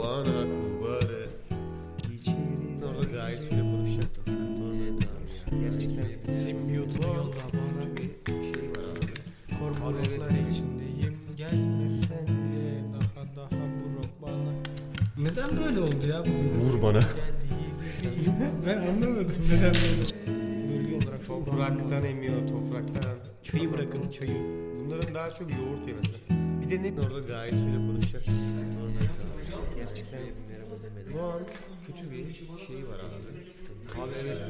bana kubare. İçeri orada gayet süre konuşacaktın. Sıkıntı orada. Gerçekten simbiyotu yolla bana bir şey var abi. korkuluklar içindeyim. Gelme sen de daha buruk bana. Neden böyle oldu ya bizim? Vur bana. Ben anlamadım neden böyle. Bölge olarak Topraktan emiyor, topraktan. çayı bırakın çayı. Bunların daha çok yoğurt yemesi. Bir de ne orada gayet süre konuşacaktın. Sıkıntı orada. Gerçekten bu an kötü bir şey var abi. Abi evet.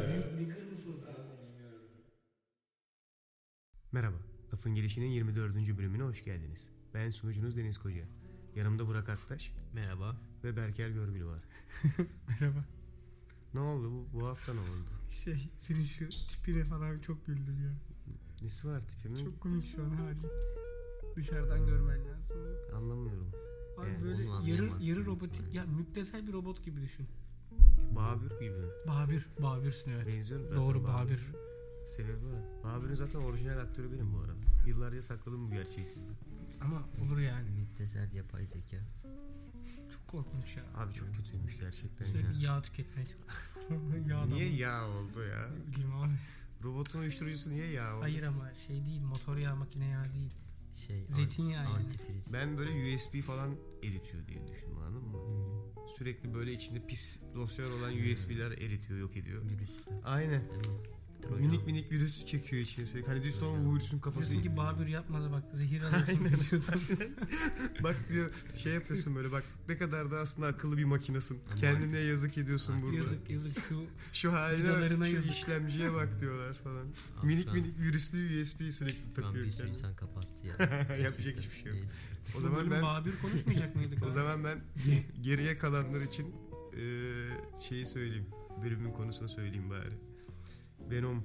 Merhaba. Lafın Gelişi'nin 24. bölümüne hoş geldiniz. Ben sunucunuz Deniz Koca. Yanımda Burak Aktaş. Merhaba. Ve Berker Görgülü var. Merhaba. Ne oldu bu hafta ne oldu? Senin şu tipine falan çok güldüm ya. Nesi var tipimin? Çok komik şu an halin. Dışarıdan görmen lazım. Anlamıyorum. Abi Yani böyle onu yarı anlayamazsın robotik ya müptesel bir robot gibi düşün. Babür gibi. Babür'sün evet. Benziyorum zaten. Doğru Babür. Sebebi var. Babür'ün zaten orijinal aktörü benim bu arada. Yıllarca sakladım bu gerçeği sizden. Ama olur yani. Müptezel yapay zeka. Çok korkunç ya. Abi çok kötüymüş gerçekten Sürekli ya. yağ tüketmeye çalışıyor. Yağ Niye da mı? yağ oldu ya? Ne bileyim abi. Robotun uyuşturucusu niye yağ oldu? Hayır ama şey değil, motor yağı, makine yağı değil. Şey, Zeytinyağı yani. antifriz. Ben böyle USB falan eritiyor diye düşündüm, anladın mı? Sürekli böyle içinde pis dosyalar olan USB'ler eritiyor, yok ediyor. Virüs. Aynen. Trojan. Minik virüs çekiyor içine sürekli. Hani diyor sonra bu virüsün kafası... Diyorsun ki Babür yapmadı bak, zehir alıyorsun kaçıyordun. Bak diyor şey yapıyorsun böyle, bak ne kadar da aslında akıllı bir makinesin. Ama Kendine yazık ediyorsun burada. Yazık Şu haline vidalarına bak, şu yazık. işlemciye bak diyorlar falan. Abi minik şu an- virüslü USB'yi sürekli Şu an takıyor bir sürü kendine. insan kapattı ya. Yapacak hiçbir şey yok. Neyse. O zaman ben Babür konuşmayacak mıydık? o abi? zaman ben geriye kalanlar için şeyi söyleyeyim. Bölümün konusunu söyleyeyim bari. Venom.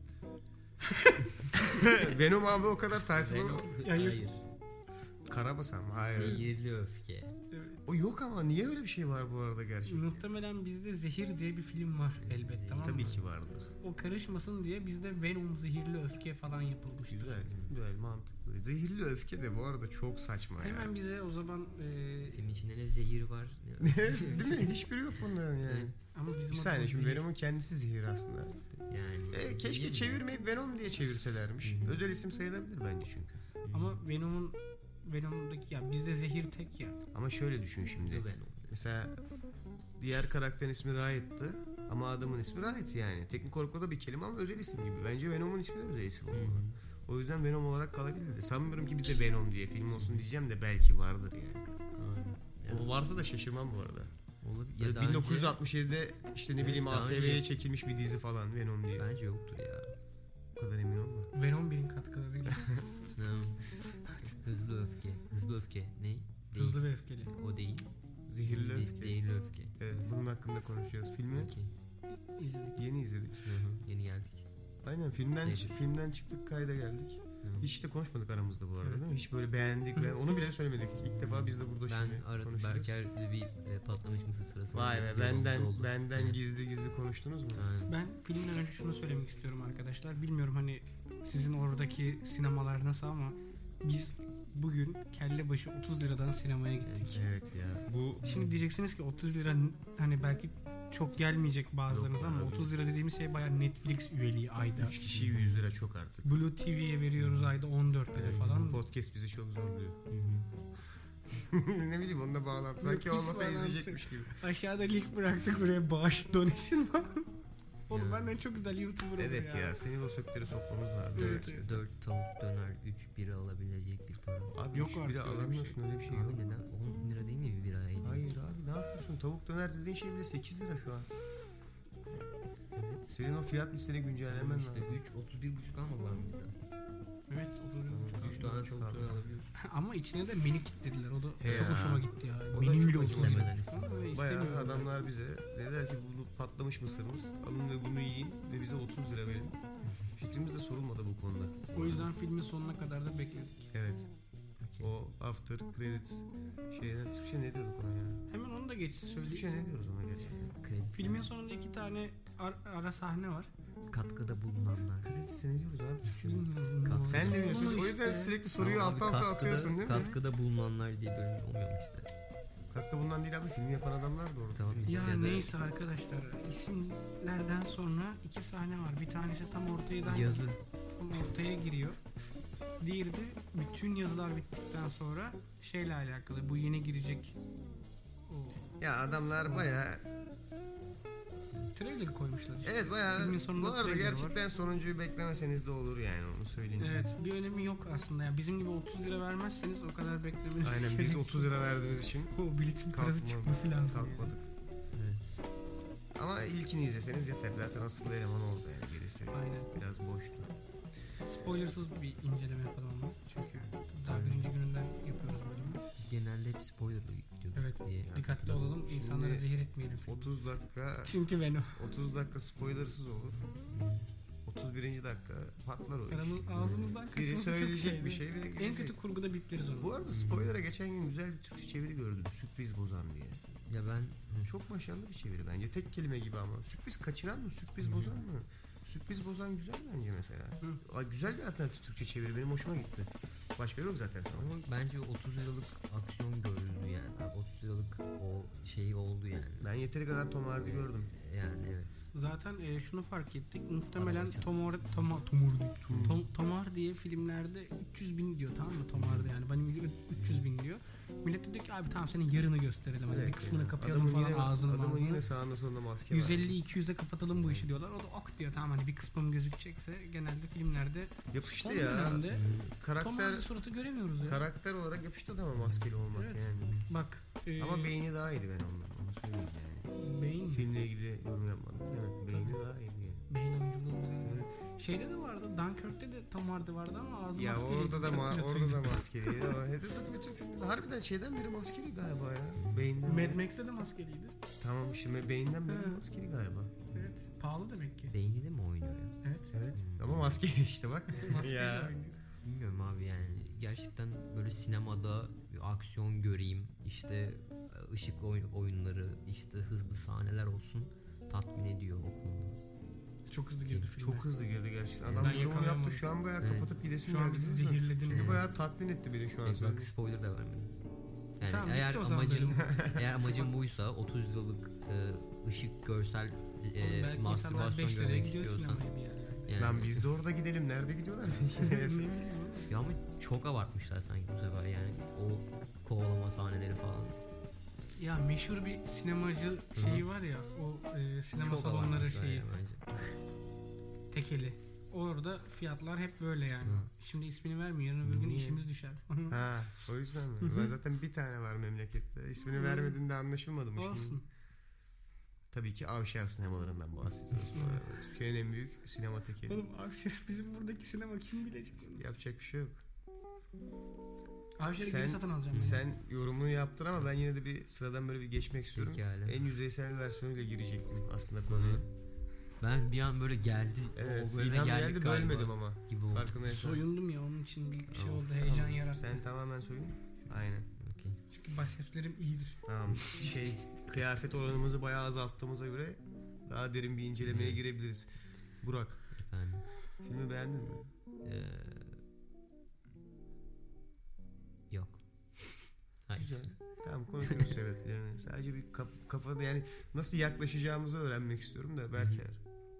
Venom abi o kadar title o. Hayır. Karabasan mı? Hayır. Zehirli öfke. O yok ama niye öyle bir şey var bu arada gerçekten? Muhtemelen bizde Zehir diye bir film var elbet, tamam mı? Tabii ki vardır. O karışmasın diye bizde Venom, Zehirli Öfke falan yapılmıştır. Güzel, mantıklı. Zehirli öfke de bu arada çok saçma ya. Hemen bize o zaman Film içinde ne zehir var. Değil mi? Hiçbiri yok bunların yani. ama bizim Bir saniye, adımız şimdi Zehir. Venom'un kendisi zehir aslında. Yani. Keşke zehir çevirmeyip Venom diye çevirselermiş. Özel isim sayılabilir bence çünkü. Ama Venom'daki ya bizde zehir tek ya. Ama şöyle düşün şimdi. Venom. Mesela diğer karakterin ismi Riot'tı ama adamın ismi Riot yani. Teknik olarak o da bir kelime ama özel isim gibi. Bence Venom'un ismi de özel isim olmalı. O yüzden Venom olarak kalabilirdi. Sanmıyorum ki bize Venom diye film olsun diyeceğim de belki vardır yani. O varsa da şaşırmam bu arada. Olabilir. Böyle Ya daha 1967'de işte ne Evet, bileyim daha ATV'ye önce- çekilmiş bir dizi falan Venom diye. Bence yoktur ya. O kadar emin olma. Venom 1'in katkılarıyla. Hızlı öfke. Hızlı öfke. Ne? Değil. Hızlı ve öfkeli. O değil. Zehirli öfke. Zehirli öfke. Evet, bunun hakkında konuşacağız. Filmi Okey. İzledik. yeni izledik. Yeni geldik. Aynen filmden çıktık, kayda geldik. Hiç de konuşmadık aramızda bu arada, değil mi? Hiç böyle beğendik. Onu bile söylemedik. İlk defa biz de burada Ben şimdi aradım konuşuyoruz. Berker bir patlamış mısır sırasında. Vay be, yolda oldu. benden Evet. gizli konuştunuz mu? Aynen. Ben filmden önce şunu söylemek istiyorum arkadaşlar. Bilmiyorum hani sizin oradaki sinemalar nasıl ama biz bugün kelle başı 30 liradan sinemaya gittik. Evet ya. Bu Şimdi diyeceksiniz ki 30 lira hani belki çok gelmeyecek bazılarınız Yok ama abi. 30 lira dediğimiz şey bayağı Netflix üyeliği ayda. 3 kişi 100 lira çok artık. Blue TV'ye veriyoruz ayda 14 lira Evet, falan. bu podcast bizi çok zorluyor. Ne bileyim, onunla bağlantı. Sanki Yok, hiç olmasa bağlantısı. izleyecekmiş gibi. Aşağıda link bıraktık buraya bağış donation falan. Oğlum Ya. benden çok güzel YouTuber olur Evet ya, seni o sökleri sokmamız lazım. Evet, evet. 4 tavuk döner 3 bira alabilecek bir para. Abi Yok 3 artık bira öyle bir alamıyorsun, şey. öyle bir şey yok. Abi neden? 10 lira değil mi bir bira? Hayır abi, ne yapıyorsun? Tavuk döner dediğin şey bile 8 lira şu an. Evet. Senin o fiyat listeni güncellemen İşte lazım. 31,5 ama var mı bizden? Evet, 3 tane tavuk döner alabiliyorsun. ama içine de menü kitlediler. O da He çok ya. hoşuma gitti ya. O da Menüyle çok olsun. istemeden Ama Bayağı istemiyorum. adamlar bize dediler ki bunu patlamış mısırınız, alın ve bunu yiyin ve bize 30 lira verin. Fikrimiz de sorulmadı bu konuda. O yüzden filmin sonuna kadar da bekledik. Evet. O after credits şeyler, Türkçe ne diyorduk ona ya? Hemen onu da geç Türkçe söyleyeyim. ne diyoruz ona gerçekten? Kredi Filmin sonunda 2 tane ara sahne var. katkıda bulunanlar. Credits'e ne diyoruz abi Türkçe'de? Bilmiyorum. ne Sen oldu. de biliyorsun. Ama O yüzden işte sürekli soruyu Ama alta abi atıyorsun değil mi? Katkıda bulunanlar diye bölüm olmuyor işte. Katkı bundan değil abi, film yapan adamlar da orada. Tamam Ya da neyse arkadaşlar, isimlerden sonra 2 sahne var. Bir tanesi tam yazı. tam ortaya giriyor. Diğeri de bütün yazılar bittikten sonra şeyle alakalı, bu yeni girecek o Ya adamlar bayağı, trailer koymuşlar işte. evet bayağı, Filmin sonunda bu arada trailer gerçekten var. sonuncuyu beklemeseniz de olur yani, onu söyleyeyim. Evet, bir önemi yok aslında. Yani bizim gibi 30 lira vermezseniz o kadar beklemeniz Aynen, biz 30 lira verdiğimiz için o biletin parası kalkmadık. çıkması lazım. Kalkmadık. Evet. Ama ilkini izleseniz yeter. Zaten asıl eleman orada yani. Gerisi Aynen. biraz boştu. Spoilersız bir inceleme yapalım ama. Çünkü daha birinci gününden yapıyoruz bölümü. Biz genelde hep spoiler gidiyoruz Evet. diye. Dikkatli olalım. İnsanları Şimdi zehir etmeyelim. 30 dakika Çünkü Venom. 30 dakika spoilersız olur. 31. dakika patlar o iş. Ağzımızdan Biri kaçması çok söyleyecek şeydi. bir şey ve En gelecek. kötü kurguda bipleriz onu. Bu arada spoiler'a geçen gün güzel bir Türkçe çeviri gördüm. Sürpriz bozan diye. Ya ben Çok başarılı bir çeviri bence. Tek kelime gibi ama. Sürpriz kaçıran mı? Sürpriz bozan mı? Sürpriz bozan güzel bence mesela. Ay, güzel bir alternatif Türkçe çeviri. Benim hoşuma gitti. Başka yok zaten sana. ama bence 30 liralık aksiyon görüldü yani. 30 liralık o şey oldu yani. Ben yeteri kadar Tom Hardy gördüm. Yani evet. Zaten şunu fark ettik. Muhtemelen Araba Tom Hardy filmlerde 300 bin diyor, tamam mı Tom Hardy, yani benim bildiğim 300 bin diyor. Millet de diyor ki abi tamam senin yarını gösterelim. Hani Evet bir kısmını yani. kapayalım Adamın falan, yine, ağzını adamın ağzını. yine sağında solunda maske var. 150-200'e kapatalım bu işi diyorlar. O da ok diyor, tamam hani bir kısmım gözükecekse. Genelde filmlerde Yapıştı son ya. dönemde Tom Karakter Hardy suratı göremiyoruz ya. karakter olarak yapıştı adama maskeli olmak Evet. yani. Bak Ama beyni daha iyiydi ben ondan. Onu söyleyeyim yani. beyin Filmle ilgili yorum yapmadım. Evet, beyni daha iyiydi yani. beyin oyunculuğu güzel. Evet. Şeyde de vardı, Dunkirk'te de Tom Hardy vardı ama ağzı Ya maskeliydi. orada da Çok orada da kötüydü. maskeliydi ama zaten bütün filmde harbiden şeyden biri maskeli galiba ya. Beyinden Mad beri. Max'te de maskeliydi. Tamam işte beyinden beri He. maskeli galiba. Evet. Pahalı demek ki. Beyni de mi oynuyor ya? Evet. Evet. Ama maskeli işte bak. Maskeyle Ya. oynuyor. Bilmiyorum abi yani. Gerçekten böyle sinemada bir aksiyon göreyim. İşte ışık oyunları, işte hızlı sahneler olsun. Tatmin ediyor o konuda. Çok hızlı girdi filme. Çok hızlı girdi gerçekten. Adam Ben zoom yaptı. yakalayamadım. Şu an bayağı Evet. kapatıp gidesim Şu an geldi. bizi biliyor musun? zehirledin. Çünkü Evet. bayağı tatmin etti beni şu an. Bak söylediğin. spoiler da vermedim. Yani Tamam, eğer bitti o zaman amacın bölüm. eğer amacın buysa 30 liralık ışık görsel Belki mastürbasyon insanlar 5 liraya görmek gidiyor istiyorsan sinemaya bir yerlerde. yani, Lan biz de orada gidelim. Nerede gidiyorlar? Ne bileyim oğlum. ya ama çok abartmışlar sanki bu sefer yani o kovalama sahneleri falan. Ya meşhur bir sinemacı şeyi var ya, o sinema Çok salonları abartmışlar şeyi, ya bence. tekeli. Orada fiyatlar hep böyle yani. Hı. Şimdi ismini vermiyor, yarın öbür gün Niye? işimiz düşer. Ha, o yüzden mi? Ben zaten bir tane var memlekette. İsmini vermediğinde anlaşılmadı mı Olsun. şimdi? Tabii ki Avşar sinemalarından bahsediyoruz bu arada. Türkiye'nin en büyük sinema tekeli. Oğlum Avşar, bizim buradaki sinema kim bilecek onu? Yapacak bir şey yok. Avşar'ı Sen- geri satın alacağım. Sen yorumunu yaptın ama ben yine de bir sıradan böyle bir geçmek istiyorum. Pekala. En yüzeysel versiyonuyla girecektim aslında konuya. Ben bir an böyle geldi. Evet, o bölüme ilham geldik geldi galiba bölmedim ama. gibi oldu. Farkındaysan. Soyundum ya, onun için bir şey Of, oldu, heyecan yarattı. Sen tamamen soyun. Aynen. Okey. Çünkü basitlerim iyidir. Tamam. Kıyafet oranımızı bayağı azalttığımıza göre daha derin bir incelemeye Evet. girebiliriz. Burak, Efendim. filmi beğendin mi? Ee, yok. Hayır. Güzel. Tamam, konuşuyoruz sebeplerini. Sadece bir kafada yani nasıl yaklaşacağımızı öğrenmek istiyorum da Berker.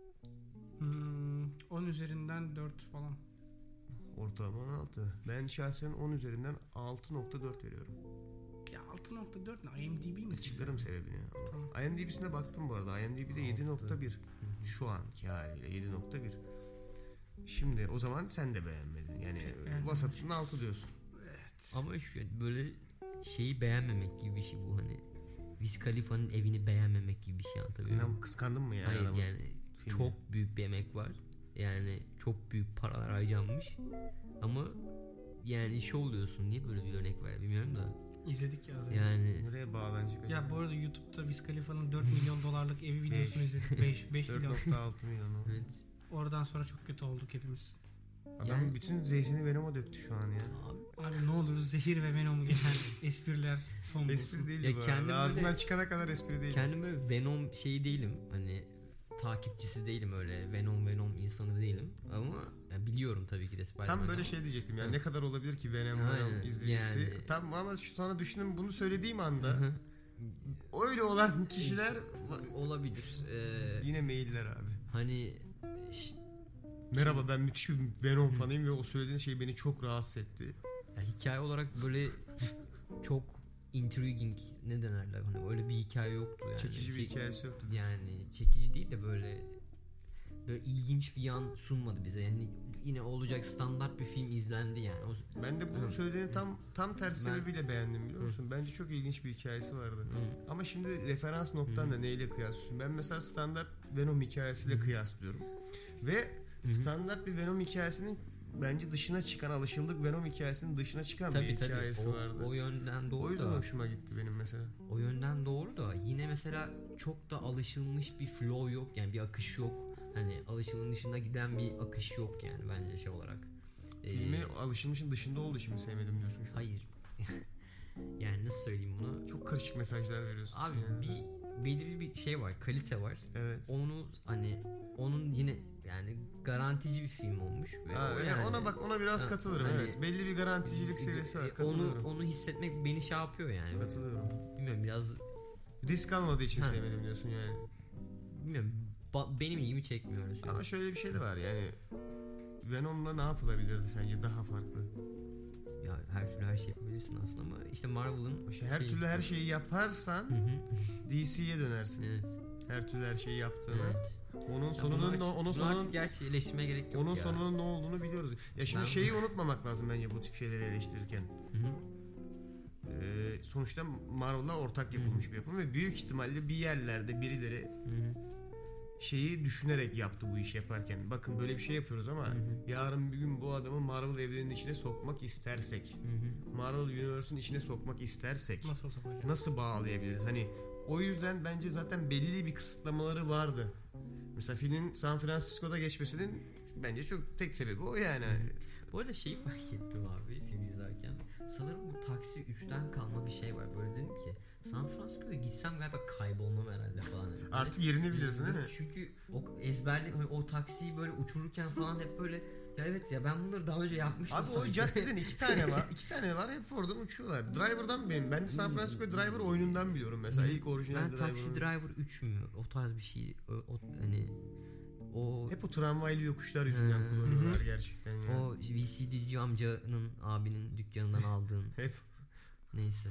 10 üzerinden 4 falan. Ortalama 16. Ben şahsen 10 üzerinden 6.4 veriyorum. Ya 6.4 ne? IMDb mi? Açıklarım sebebini. Tamam. IMDb'sine baktım bu arada. IMDb'de 7.1. Şu anki haliyle 7.1. Şimdi o zaman sen de beğenmedin. Yani Beğendim. vasatın 6 diyorsun. Ama şu böyle şeyi beğenmemek gibi bir şey bu hani. Wiz Khalifa'nın evini beğenmemek gibi bir şey, anlatabiliyor muyum? Ne, kıskandın mı yani? Hayır adamı? yani Filmi. çok büyük bir emek var. Yani çok büyük paralar harcanmış. Ama yani şey oluyorsun, niye böyle bir örnek var bilmiyorum da. İzledik ya az önce. Yani Nereye bağlanacak? Ya bu arada YouTube'da Wiz Khalifa'nın 4 milyon dolarlık evi videosunu izledik. 5 milyon. 4.6 milyon o. evet. Oradan sonra çok kötü olduk hepimiz. Adam Yani- bütün zehrini Venom'a döktü şu an ya. Abi, Abi ne olur zehir ve Venom'u geçen espriler son Espri bulsun. değil Ya bu kendim arada. Ağzından böyle- çıkana kadar espri değil. kendim böyle Venom şeyi değilim. Hani takipçisi değilim, öyle Venom insanı değilim. Ama ya biliyorum tabii ki de Spider-Man. Tam böyle şey diyecektim yani Hı. ne kadar olabilir ki Venom Aynen, izleyicisi. yani. Tam ama sonra düşündüm, bunu söylediğim anda öyle olan kişiler olabilir. yine mailler abi. Hani Merhaba, ben müthiş bir Venom fanıyım ve o söylediğin şey beni çok rahatsız etti. ya hikaye olarak böyle çok intriguing, ne denerler, hani öyle bir hikaye yoktu yani. Çekici bir hikayesi yoktu. Yani çekici değil de böyle ilginç bir yan sunmadı bize. Yani yine olacak standart bir film izlendi yani. Ben de bu söylediğinin tam tersi sebebiyle beğendim, biliyor musun? Bence çok ilginç bir hikayesi vardı. Ama şimdi referans noktan da neyle kıyaslıyorsun? Ben mesela standart Venom hikayesiyle kıyaslıyorum. Ve standart bir Venom hikayesinin bence dışına çıkan, alışıldık Venom hikayesinin dışına çıkan bir hikayesi vardı. O yönden doğru. O yüzden da, hoşuma gitti benim mesela. o yönden doğru da yine mesela çok da alışılmış bir flow yok, yani bir akış yok. Hani alışılmışın dışında giden bir akış yok yani bence şey olarak. Filmi alışılmışın dışında olduğu için mi sevmedim diyorsun şu an? Hayır. Yani nasıl söyleyeyim bunu? Çok karışık mesajlar veriyorsun. Abi yani. bir belirli bir şey var, kalite var. Evet. Onu hani onun yine yani garantici bir film olmuş. Ve yani, ona biraz katılırım. hani, evet. Belli bir garanticilik seviyesi var. Katılıyorum. Onu hissetmek beni şey yapıyor yani. Katılıyorum. Bilmiyorum, biraz Risk almadığı için sevmedim diyorsun yani. bilmiyorum, benim ilgimi çekmiyor öyle Ama şöyle bir şey de var yani. Venom'la ne yapılabilirdi sence daha farklı? Ya her türlü her şey yapabilirsin aslında ama işte Marvel'ın İşte her türlü her şeyi yaparsan DC'ye dönersin. Evet. Her türlü her şeyi yaptığını. Evet. Onun Ya sonunun artık gerçi eleştirmeye gerek yok onun ya. sonunun ne olduğunu biliyoruz. Ya şimdi şeyi unutmamak lazım bence bu tip şeyleri eleştirirken. Sonuçta Marvel'la ortak yapılmış bir yapım ve büyük ihtimalle bir yerlerde birileri şeyi düşünerek yaptı bu işi yaparken. Bakın böyle bir şey yapıyoruz ama yarın bir gün bu adamı Marvel evreninin içine sokmak istersek, Marvel Universe'un içine sokmak istersek Nasıl sokacağız? nasıl bağlayabiliriz? Hani o yüzden bence zaten belli bir kısıtlamaları vardı. Mesela filmin San Francisco'da geçmesinin bence çok tek sebebi o yani. Bu arada şeyi fark ettim abi film izlerken. Sanırım bu Taksi 3'ten kalma bir şey var. Böyle dedim ki San Francisco'ya gitsem galiba kaybolmam herhalde falan. Artık yerini biliyorsun değil mi? Çünkü o ezberle o taksiyi böyle uçururken falan hep böyle ya evet ya ben bunları daha önce yapmıştım abi sanki. o caddeden iki tane var. İki tane var, hep oradan uçuyorlar. Driver'dan ben de San Francisco Driver oyunundan biliyorum mesela. İlk orijinal Ben Taxi Driver 3 mü? O tarz bir şey. Hani o hep o tramvaylı yokuşlar yüzünden kullanıyorlar gerçekten ya. O VCD'ci amcanın abinin dükkanından aldığın. Hep. Neyse.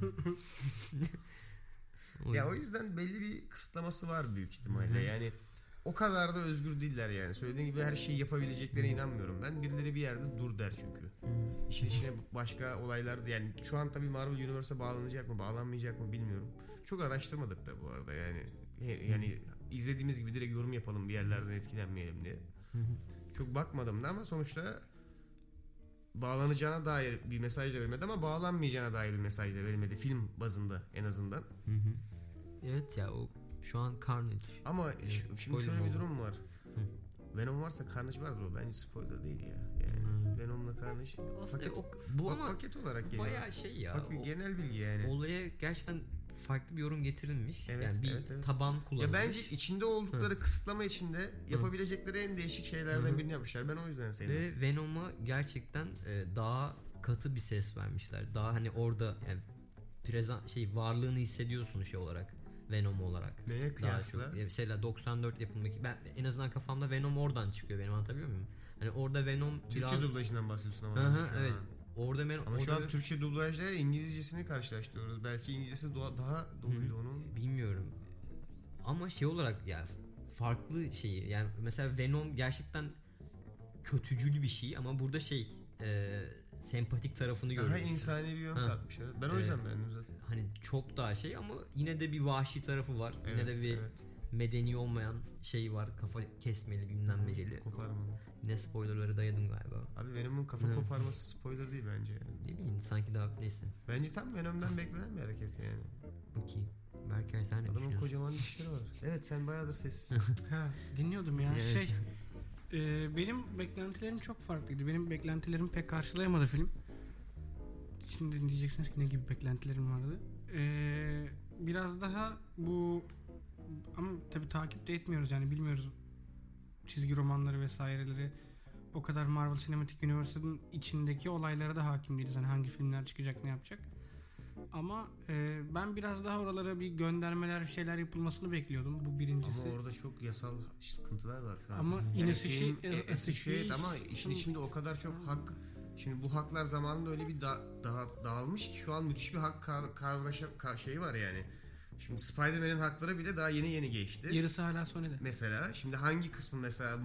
Ya o yüzden belli bir kısıtlaması var büyük ihtimalle. Yani o kadar da özgür değiller yani. Söylediğin gibi her şeyi yapabileceklerine inanmıyorum ben. Birileri bir yerde dur der çünkü. İşin içine başka olaylar da, yani şu an tabii Marvel Universe'a bağlanacak mı, bağlanmayacak mı bilmiyorum. Çok araştırmadık da bu arada yani. Yani izlediğimiz gibi direkt yorum yapalım, bir yerlerden etkilenmeyelim diye. Çok bakmadım da ama sonuçta bağlanacağına dair bir mesaj da verilmedi ama bağlanmayacağına dair bir mesaj da verilmedi film bazında en azından. Evet ya, o şu an Carnage. Ama şimdi şöyle bir oldu. durum var. Venom varsa Carnage vardır, o bence spoiler değil ya. Yani Venom'la Carnage Aslında paket, bu ama paket olarak geliyor. bayağı şey ya. Bak bir genel bilgi yani. Olaya gerçekten farklı bir yorum getirilmiş. Evet, Yani bir evet. taban kullanılmış. Ya bence içinde oldukları kısıtlama içinde yapabilecekleri en değişik şeylerden birini yapmışlar. Ben o yüzden sevdim. Ve Venom'a gerçekten daha katı bir ses vermişler. Daha hani orada yani varlığını hissediyorsun şey olarak. Venom olarak. Neye kıyasla? Mesela 94 yapımındaki, ben en azından kafamda Venom oradan çıkıyor, benim anlatabiliyor muyum? Hani orada Venom Türkçe biraz dublajından bahsediyorsun ama. evet. Orada Venom, ama orada şu an Türkçe dublajla İngilizcesini karşılaştırıyoruz. Belki İngilizcesi daha doğruydu onun. bilmiyorum. Ama şey olarak ya farklı şeyi, yani mesela Venom gerçekten kötücül bir şey ama burada sempatik tarafını görüyoruz. Daha insani bir yön katmışlar. Ben o yüzden beğendim zaten. Hani çok daha şey ama yine de bir vahşi tarafı var. Evet, yine de bir medeni olmayan şey var. Kafa kesmeli, bilmem neceli. Koparma. Yine spoilerları dayadım galiba. Abi Venom'un kafa koparması spoiler değil bence yani. Ne bileyim, sanki daha neyse. Bence tam Venom'dan beklenen bir hareket yani. Okey. Berker, sen ne Adamın düşünüyorsun? kocaman dişleri var. Evet, sen bayağıdır sessizsin. Dinliyordum ya. Evet. Benim beklentilerim çok farklıydı. Benim beklentilerimi pek karşılayamadı film. Şimdi diyeceksiniz ki ne gibi beklentilerim vardı. Biraz daha bu, ama tabii takip de etmiyoruz yani, bilmiyoruz çizgi romanları vesaireleri. O kadar Marvel Cinematic Universe'ın içindeki olaylara da hakim değiliz. Hani hangi filmler çıkacak, ne yapacak. Ama ben biraz daha oralara bir göndermeler, bir şeyler yapılmasını bekliyordum. Bu birincisi. Ama orada çok yasal sıkıntılar var şu an. Ama yani film associate ama işin içinde o kadar çok hak. Şimdi bu haklar zamanında öyle bir dağılmış ki şu an müthiş bir hak şeyi var yani. Şimdi Spider-Man'in hakları bile daha yeni geçti. Yarısı hala Sony'de. Mesela şimdi hangi kısmı mesela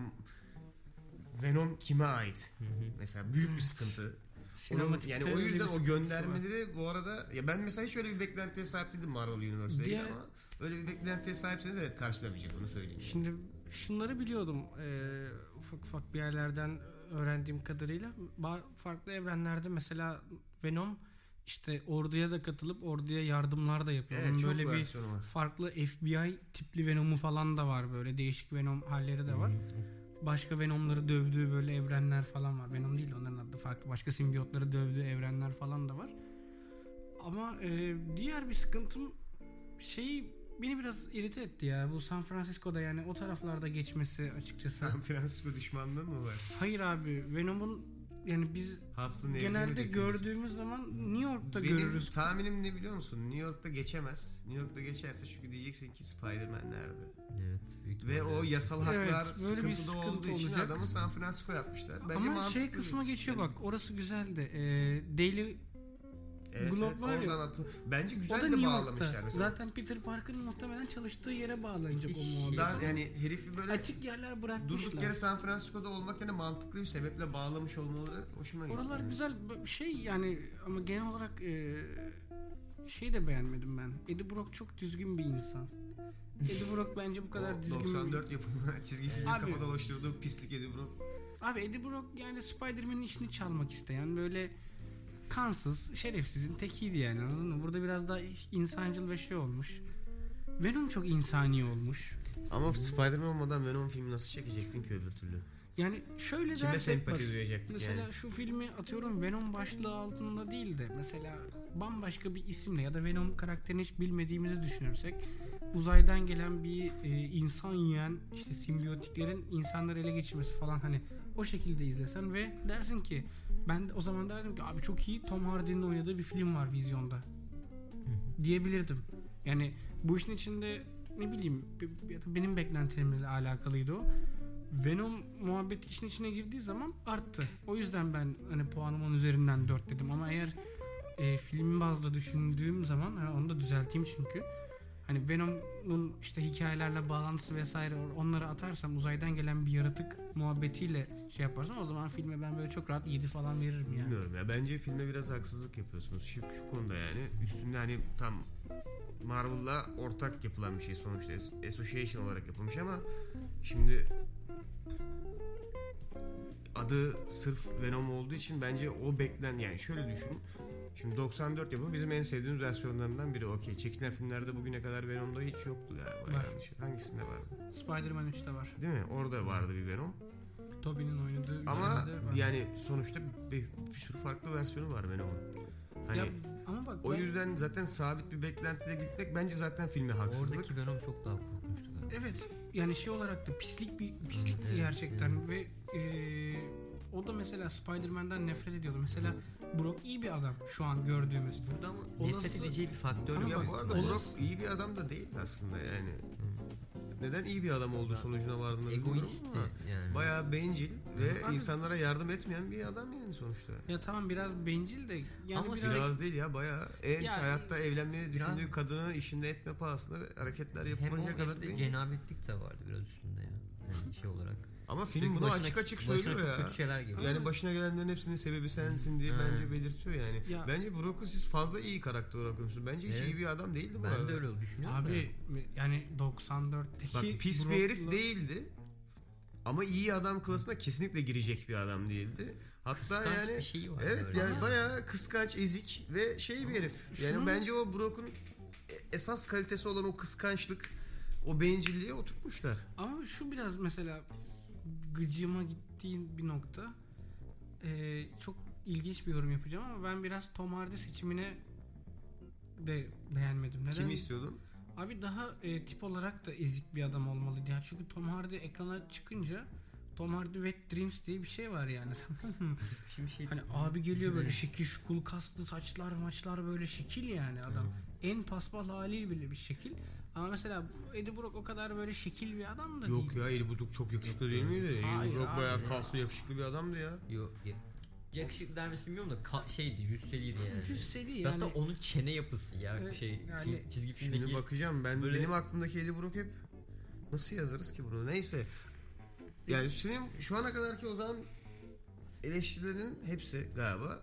Venom kime ait? Mesela büyük bir sıkıntı. Yani o yüzden o göndermeleri bu arada ya ben mesela hiç öyle bir beklentiye sahip değildim Marvel Universe'da ama öyle bir beklentiye sahipseniz evet karşılamayacak onu söyleyeyim. Şimdi şunları biliyordum ufak bir yerlerden öğrendiğim kadarıyla farklı evrenlerde mesela Venom işte orduya da katılıp orduya yardımlar da yapıyor. Evet, böyle bir var. farklı FBI tipli Venom'u falan da var, böyle değişik Venom halleri de var. Başka Venom'ları dövdüğü böyle evrenler falan var. Venom değil, onların adı farklı. Başka simbiyotları dövdüğü evrenler falan da var. Ama diğer bir sıkıntım beni biraz irite etti ya. Bu San Francisco'da yani o taraflarda geçmesi açıkçası. San Francisco düşmanlığı mı var? Hayır abi, Venom'un yani biz genelde gördüğümüz zaman New York'ta görürüz. Benim tahminim ne biliyor musun? New York'ta geçemez. New York'ta geçerse çünkü diyeceksin ki Spider-Man nerede? Evet. Ve o yasal haklar sıkıntı olduğu için olacak. adamı San Francisco'ya atmışlar. Bence ama kısma geçiyor bak. Orası güzel de. Daily Globe var ya. Bence güzel de bağlamışlar mesela. Zaten Peter Parker'ın muhtemelen çalıştığı yere bağlanacak o muhabbet. Yani herifi böyle açık yerler bırakmışlar. Durduk yere San Francisco'da olmak yani mantıklı bir sebeple bağlamış olmaları hoşuma gitti. Oralar güzel yani ama genel olarak de beğenmedim ben. Eddie Brock çok düzgün bir insan. Eddie Brock bence bu kadar düzgün. 94 yapımı çizgi film kafada oluşturduğu pislik Eddie Brock. Abi Eddie Brock yani Spider-Man'in işini çalmak isteyen böyle kansız, şerefsizin tekiydi yani, anladın mı? Burada biraz daha insancıl ve olmuş. Venom çok insani olmuş. Ama Spider-Man olmadan Venom filmi nasıl çekecektin ki öbür türlü? Yani şöyle kime sempati duyacaktık mesela yani? Şu filmi atıyorum Venom başlığı altında değil de mesela bambaşka bir isimle ya da Venom karakterini hiç bilmediğimizi düşünürsek uzaydan gelen bir insan yiyen işte simbiyotiklerin insanları ele geçirmesi falan, hani o şekilde izlesen ve dersin ki, ben de o zaman derdim ki abi çok iyi, Tom Hardy'nin oynadığı bir film var vizyonda diyebilirdim. Yani bu işin içinde ne bileyim benim beklentilerimle alakalıydı o. Venom muhabbeti işin içine girdiği zaman arttı. O yüzden ben hani puanım 10 üzerinden 4 dedim ama eğer film bazlı düşündüğüm zaman onu da düzelteyim çünkü hani Venom'un işte hikayelerle bağlantısı vesaire onları atarsam, uzaydan gelen bir yaratık muhabbetiyle yaparsam o zaman filme ben böyle çok rahat 7 falan veririm yani. Bilmiyorum ya, bence filme biraz haksızlık yapıyorsunuz şu konuda yani. Üstünde hani tam Marvel'la ortak yapılan bir şey sonuçta, association olarak yapılmış ama şimdi adı sırf Venom olduğu için bence o yani şöyle düşün. Şimdi 94 yapımı bizim en sevdiğimiz versiyonlarından biri. Okey. Çekilen filmlerde bugüne kadar Venom'da hiç yoktu galiba. Var. Hangisinde vardı? Spider-Man 3'te var. Değil mi? Orada vardı bir Venom. Tobey'nin oynadığı ama yani sonuçta bir sürü farklı versiyonu var Venom'un. Hani ya, ama bak o yüzden zaten sabit bir beklentiyle gitmek bence zaten filme haksızlık. Oradaki Venom çok daha korkmuştu galiba. Evet. Yani olarak da pislikti evet, gerçekten evet. Ve o da mesela Spider-Man'den nefret ediyordu. Mesela Brock iyi bir adam şu an gördüğümüz. Burada ama nefret edeceği bir faktör yok. Ya bu arada Brock iyi bir adam da değil aslında yani. Neden iyi bir adam olduğu sonucuna vardığını egoist yani. Bayağı bencil ve insanlara yardım etmeyen bir adam yani sonuçta. Ya tamam biraz bencil de yani ama biraz değil ya, bayağı hayatta evlenmeyi düşündüğü kadını işinde etme pahasına hareketler yapılacak kadar bencil. Cenabetlik de vardı biraz üstünde ya. Yani olarak. Ama film bunu açık söylüyor ya. Çok kötü şeyler geliyor. Yani başına gelenlerin hepsinin sebebi sensin diye bence belirtiyor yani. Ya. Bence Brock'u siz fazla iyi karakter olarak görmüşsünüz. Bence hiç iyi bir adam değildi bu arada. Ben de öyle düşünüyorum. Abi yani 94'teki bak pis bir herif değildi. Ama iyi adam klasına kesinlikle girecek bir adam değildi. Hatta kıskanç yani bir şey var evet yani bayağı kıskanç, ezik ve bir herif. Yani bence o Brock'un esas kalitesi olan o kıskançlık, o bencilliğe oturtmuşlar. Ama şu biraz mesela gıcığıma gittiğin bir nokta. Çok ilginç bir yorum yapacağım ama ben biraz Tom Hardy seçimine de beğenmedim. Neden? Kimi istiyordun? Abi daha tip olarak da ezik bir adam olmalıydı. Yani çünkü Tom Hardy ekrana çıkınca Tom Hardy Wet Dreams diye bir şey var yani, tamam mı? Şimdi şey Hani abi geliyor böyle Evet. şekil şukul, kaslı saçlar maçlar, böyle şekil yani adam. En paspal haliyle bile bir şekil. Ama mesela Eddie Brock o kadar böyle şekil bir adam da Yok değil. ya, Eddie Brock çok yakışıklı değil miydi? Eddie Hayır Brock abi bayağı ya. kaslı yakışıklı bir adamdı ya. Yok yakışıklı dermesi bilmiyorum da şeydi, yüzseliydi yani. Cüsseli yani. Hatta onun çene yapısı ya Evet, yani çizgi filmdeki. Şimdi bakacağım ben, böyle- benim aklımdaki Eddie Brock hep nasıl yazarız ki bunu, neyse. Yani senin şu ana kadarki o zaman eleştirilerin hepsi galiba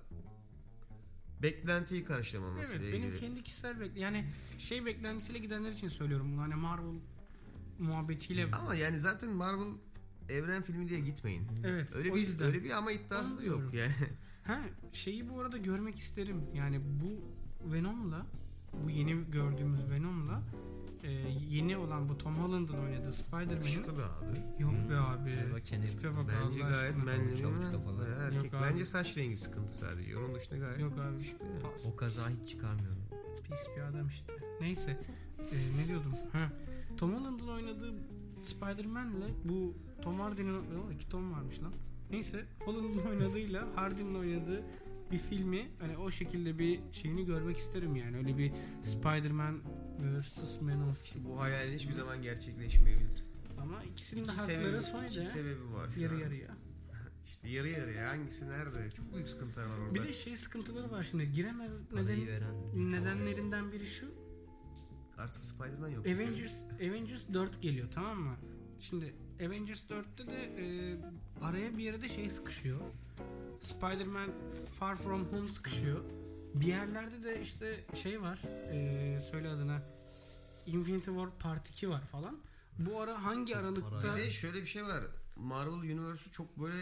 beklentiyi karşılamaması evet, ile benim ilgili. kendi kişisel yani şey beklentisiyle gidenler için söylüyorum bunu. Hani Marvel muhabbetiyle. Ama yani zaten Marvel evren filmi diye gitmeyin. Evet. Öyle o bir yüzden. öyle bir ama iddiası Onu da yok diyorum. yani. Ha, şeyi bu arada görmek isterim. Yani bu Venom'la, bu yeni gördüğümüz Venom'la yeni olan bu Tom Holland'ın oynadığı Spider-Man'in, Yakışıklı be abi. yok be abi. Bak çene Tipe yapısı. bak Bence Allah gayet aşkına. menli Çavuş kafalı. erkek. Yok abi. Bence saç rengi sıkıntı sadece. Onun dışında gayet Yok abi, yakışıklı yani. pas, O kaza hiç çıkarmıyorum. pis bir adam işte. Neyse, ne diyordum? Ha, Tom Holland'ın oynadığı Spider-Man'le bu Tom Hardy'nin, iki Tom varmış lan. Neyse, Holland'ın oynadığıyla Hardy'nin oynadığı bir filmi, hani o şekilde bir şeyini görmek isterim yani. Öyle bir Spider-Man vs. Man of, İşte bu hayalin hiçbir zaman gerçekleşmeyebilir. ama ikisinin de İki hakları sebebi, son iki ya. sebebi var şu Yarı an. yarıya. İşte yarı yarıya, hangisi nerede? Çok büyük sıkıntılar var orada. Bir de şey sıkıntıları var şimdi. Giremez Parayı veren. nedenlerinden biri şu. Artık Spider-Man yok. Avengers 4 geliyor, tamam mı? Şimdi Avengers 4'te de araya bir yere de şey sıkışıyor. Spider-Man Far From Home sıkışıyor. Bir yerlerde de işte şey var. Söyle adına. Infinity War Part 2 var falan. Bu ara hangi aralıkta... Bir de şöyle bir şey var. Marvel Universe'u çok böyle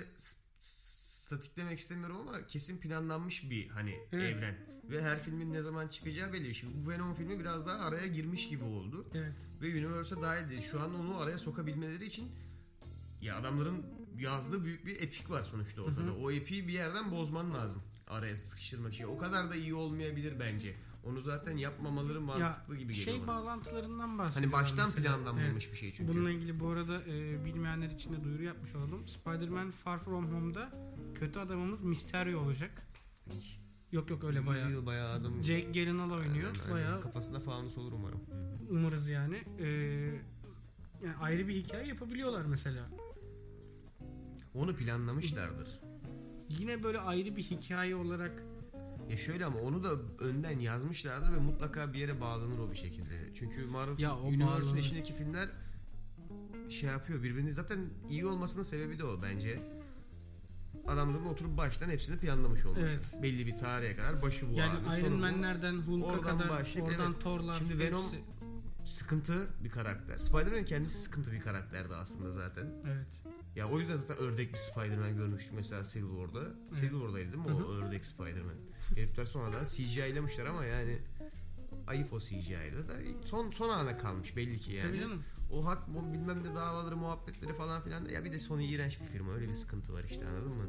statik demek istemiyorum ama kesin planlanmış bir hani Evet. evren. Ve her filmin ne zaman çıkacağı belli. Şimdi bu Venom filmi biraz daha araya girmiş gibi oldu. Evet. Ve Universe'a dahil değil. Şu an onu araya sokabilmeleri için ya adamların yazdığı büyük bir epik var sonuçta ortada. Hı hı. O epiği bir yerden bozman lazım. Araya sıkıştırmak için. O kadar da iyi olmayabilir bence. Onu zaten yapmamaları mantıklı gibi geliyor Şey bana. bağlantılarından bahsediyorum. Hani baştan mesela. planlanmamış Evet. bir şey çünkü. Bununla ilgili bu arada bilmeyenler için de duyuru yapmış olalım. Spider-Man Far From Home'da kötü adamımız Mysterio olacak. Yok öyle bayağı. Bayağı adam. Jake Gyllenhaal oynuyor. Aynen. Bayağı Kafasında fanus olur umarım. umarız yani. Yani ayrı bir hikaye yapabiliyorlar mesela. Onu planlamışlardır. Yine böyle ayrı bir hikaye olarak Ya şöyle ama onu da önden yazmışlardır ve mutlaka bir yere bağlanır o bir şekilde. Çünkü Marvel Ya o Universe'ın bağlanır. içindeki filmler şey yapıyor birbirini, zaten iyi olmasının sebebi de o bence. Adamların oturup baştan hepsini planlamış olması. Evet. Belli bir tarihe kadar başı bu yani abi. sonu Iron bu. Man'lerden Hulk'a Oradan kadar başlayıp, oradan evet. Thor'lar. Şimdi Venom hepsi- sıkıntı bir karakter. Spider-Man kendisi sıkıntı bir karakterdi aslında zaten. Evet. Ya o yüzden zaten ördek bir Spider-Man görmüştük mesela Civil War'da. Civil War'daydı değil mi o ördek Spider-Man? Herifler sonradan CGI'lamışlar ama yani ayıp o CGI'da da son ana kalmış belli ki yani. Tabii canım. O hak bilmem ne davaları muhabbetleri falan filan da ya bir de Sony iğrenç bir firma, öyle bir sıkıntı var işte, anladın mı?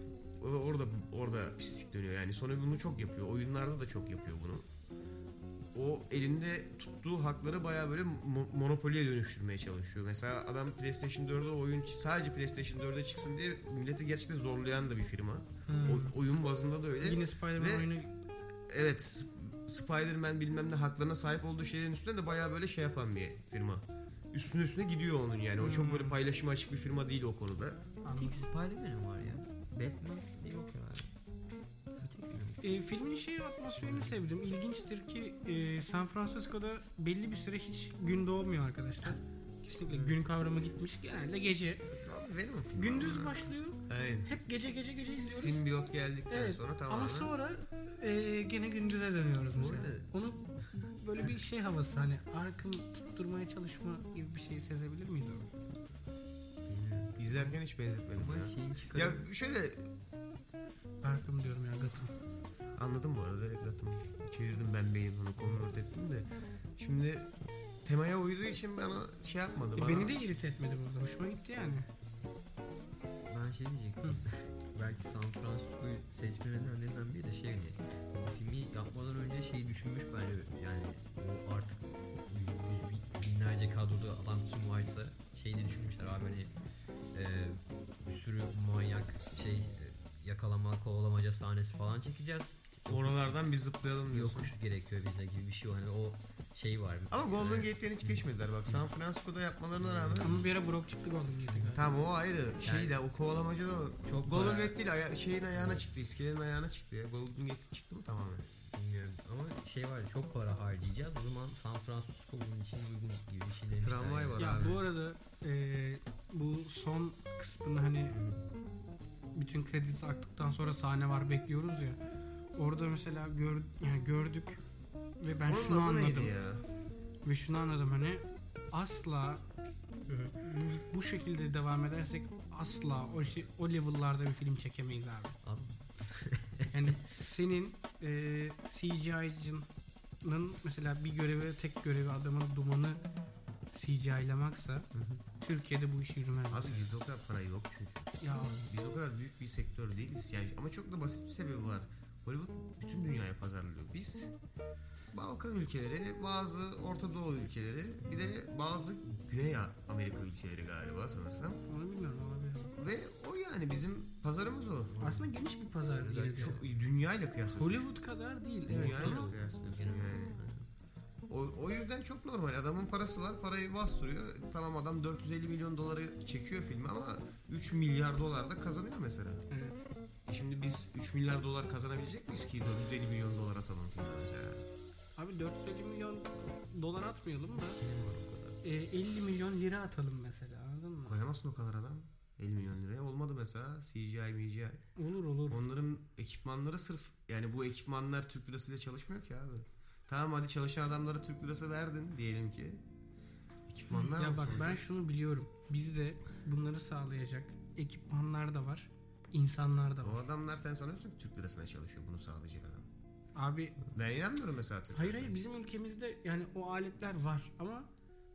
Orada pislik dönüyor yani. Sony bunu çok yapıyor. Oyunlarda da çok yapıyor bunu. O elinde tuttuğu hakları bayağı böyle monopoliye dönüştürmeye çalışıyor. Mesela adam PlayStation 4'e oyun sadece PlayStation 4'e çıksın diye milleti gerçekten zorlayan da bir firma. Oyun bazında da öyle. Yine Spider-Man Ve- oyunu Evet, Spider-Man bilmem ne haklarına sahip olduğu şeylerin üstüne de bayağı böyle şey yapan bir firma. Üstüne gidiyor onun yani. O çok böyle paylaşıma açık bir firma değil o konuda. Tek Spider-Man'im var ya. Batman yok herhalde. Bir tek benim. Filmin atmosferini sevdim. İlginçtir ki San Francisco'da belli bir süre hiç gün doğmuyor arkadaşlar. Kesinlikle gün kavramı gitmiş. Genelde gece. Abi Venom filmi. Gündüz başlıyor. Aynen. Hep gece izliyoruz. Simbiyot geldikten Evet. sonra tamamen. Ama sonra gene gündüze dönüyoruz mesela. arada- Onu böyle bir şey havası, hani Arkham tutturmaya çalışma gibi bir şey sezebilir miyiz orada? Bilmiyorum. İzlerken hiç benzetmedim Ama ya. şeyin Ya çıkarı... şöyle Arkham diyorum ya, Gotham. anladım bu arada, direkt zaten çevirdim ben beyin onu convert ettim de. Şimdi temaya uyduğu için bana şey yapmadı. Bana... Beni de irite etmedi burada. Hoşuma gitti yani. Ben şey diyecektim. Belki San Francisco'yu seçme nedenlerinden biri de şey, hani bu filmi yapmadan önce şeyi düşünmüş bence, yani o artık binlerce kadroda adam kim varsa şey de düşünmüşler abi, hani bir sürü manyak yakalama kovalamaca sahnesi falan çekeceğiz. Oralardan bir zıplayalım diyorsun. Yokuş gerekiyor bize gibi bir şey o. Hani o şey var. Ama Golden Gate'den hiç geçmediler bak. San Francisco'da yapmalarına rağmen. Ama bir ara Brock çıktı Golden Gate'e galiba. Tamam o ayrı. Şey de o kovalamaca da Çok Golden para- Gate değil şeyin ayağına çıktı. İskelenin ayağına çıktı ya. Golden Gate çıktı mı tamamen? Bilmiyorum ama şey var ya, çok para harcayacağız. O zaman San Francisco bunun için uygun gibi bir şey demişler. Tramvay var Ya abi. bu arada bu son kısmını hani bütün kredisi aktıktan sonra sahne var bekliyoruz ya. Orada mesela gördük ve ben Onun şunu adı neydi anladım. ya? Ve şunu anladım hani asla bu şekilde devam edersek asla o level'larda bir film çekemeyiz abi. Abi, Yani senin CGI'cının mesela bir görevi tek görevi adamın dumanı CGI'lamaksa Türkiye'de bu iş yürümez. Abi bizde o kadar para yok çünkü. Ya Biz o kadar büyük bir sektör değiliz yani. Ama çok da basit bir sebebi var. Hollywood bütün dünyaya pazarlıyor. Biz Balkan ülkeleri, bazı Orta Doğu ülkeleri, bir de bazı Güney Amerika ülkeleri galiba sanırsam. onu bilmiyorum olabilir. Ve o yani bizim pazarımız o. Aslında geniş bir pazar yine de. Çok dünyayla kıyaslıyorsun. Hollywood kadar değil evet Dünyayla ama kıyaslıyorsun yani. O yüzden çok normal. Adamın parası var. Parayı bastırıyor. Tamam adam 450 milyon doları çekiyor filmi ama 3 milyar dolar da kazanıyor mesela. evet. Şimdi biz 3 milyar dolar kazanabilecek miyiz ki 450 milyon dolar atalım filme mesela? Abi 450 milyon dolar atmayalım da senin var o kadar. 50 milyon lira atalım mesela anladın mı? Koyamazsın o kadar adam. 50 milyon liraya olmadı mesela CGI, MGI. Olur. Onların ekipmanları sırf yani bu ekipmanlar Türk lirasıyla çalışmıyor ki abi. Tamam hadi çalışan adamlara Türk lirası verdin diyelim ki. Ekipmanlar Ya nasıl bak ben olacak? şunu biliyorum. Bizde bunları sağlayacak ekipmanlar da var. İnsanlar da O var. adamlar sen sanıyorsun ki Türk lirasına çalışıyor bunu sağlayacak adam. Abi Ben inanmıyorum mesela Türk hayır lirasına. bizim ülkemizde yani o aletler var ama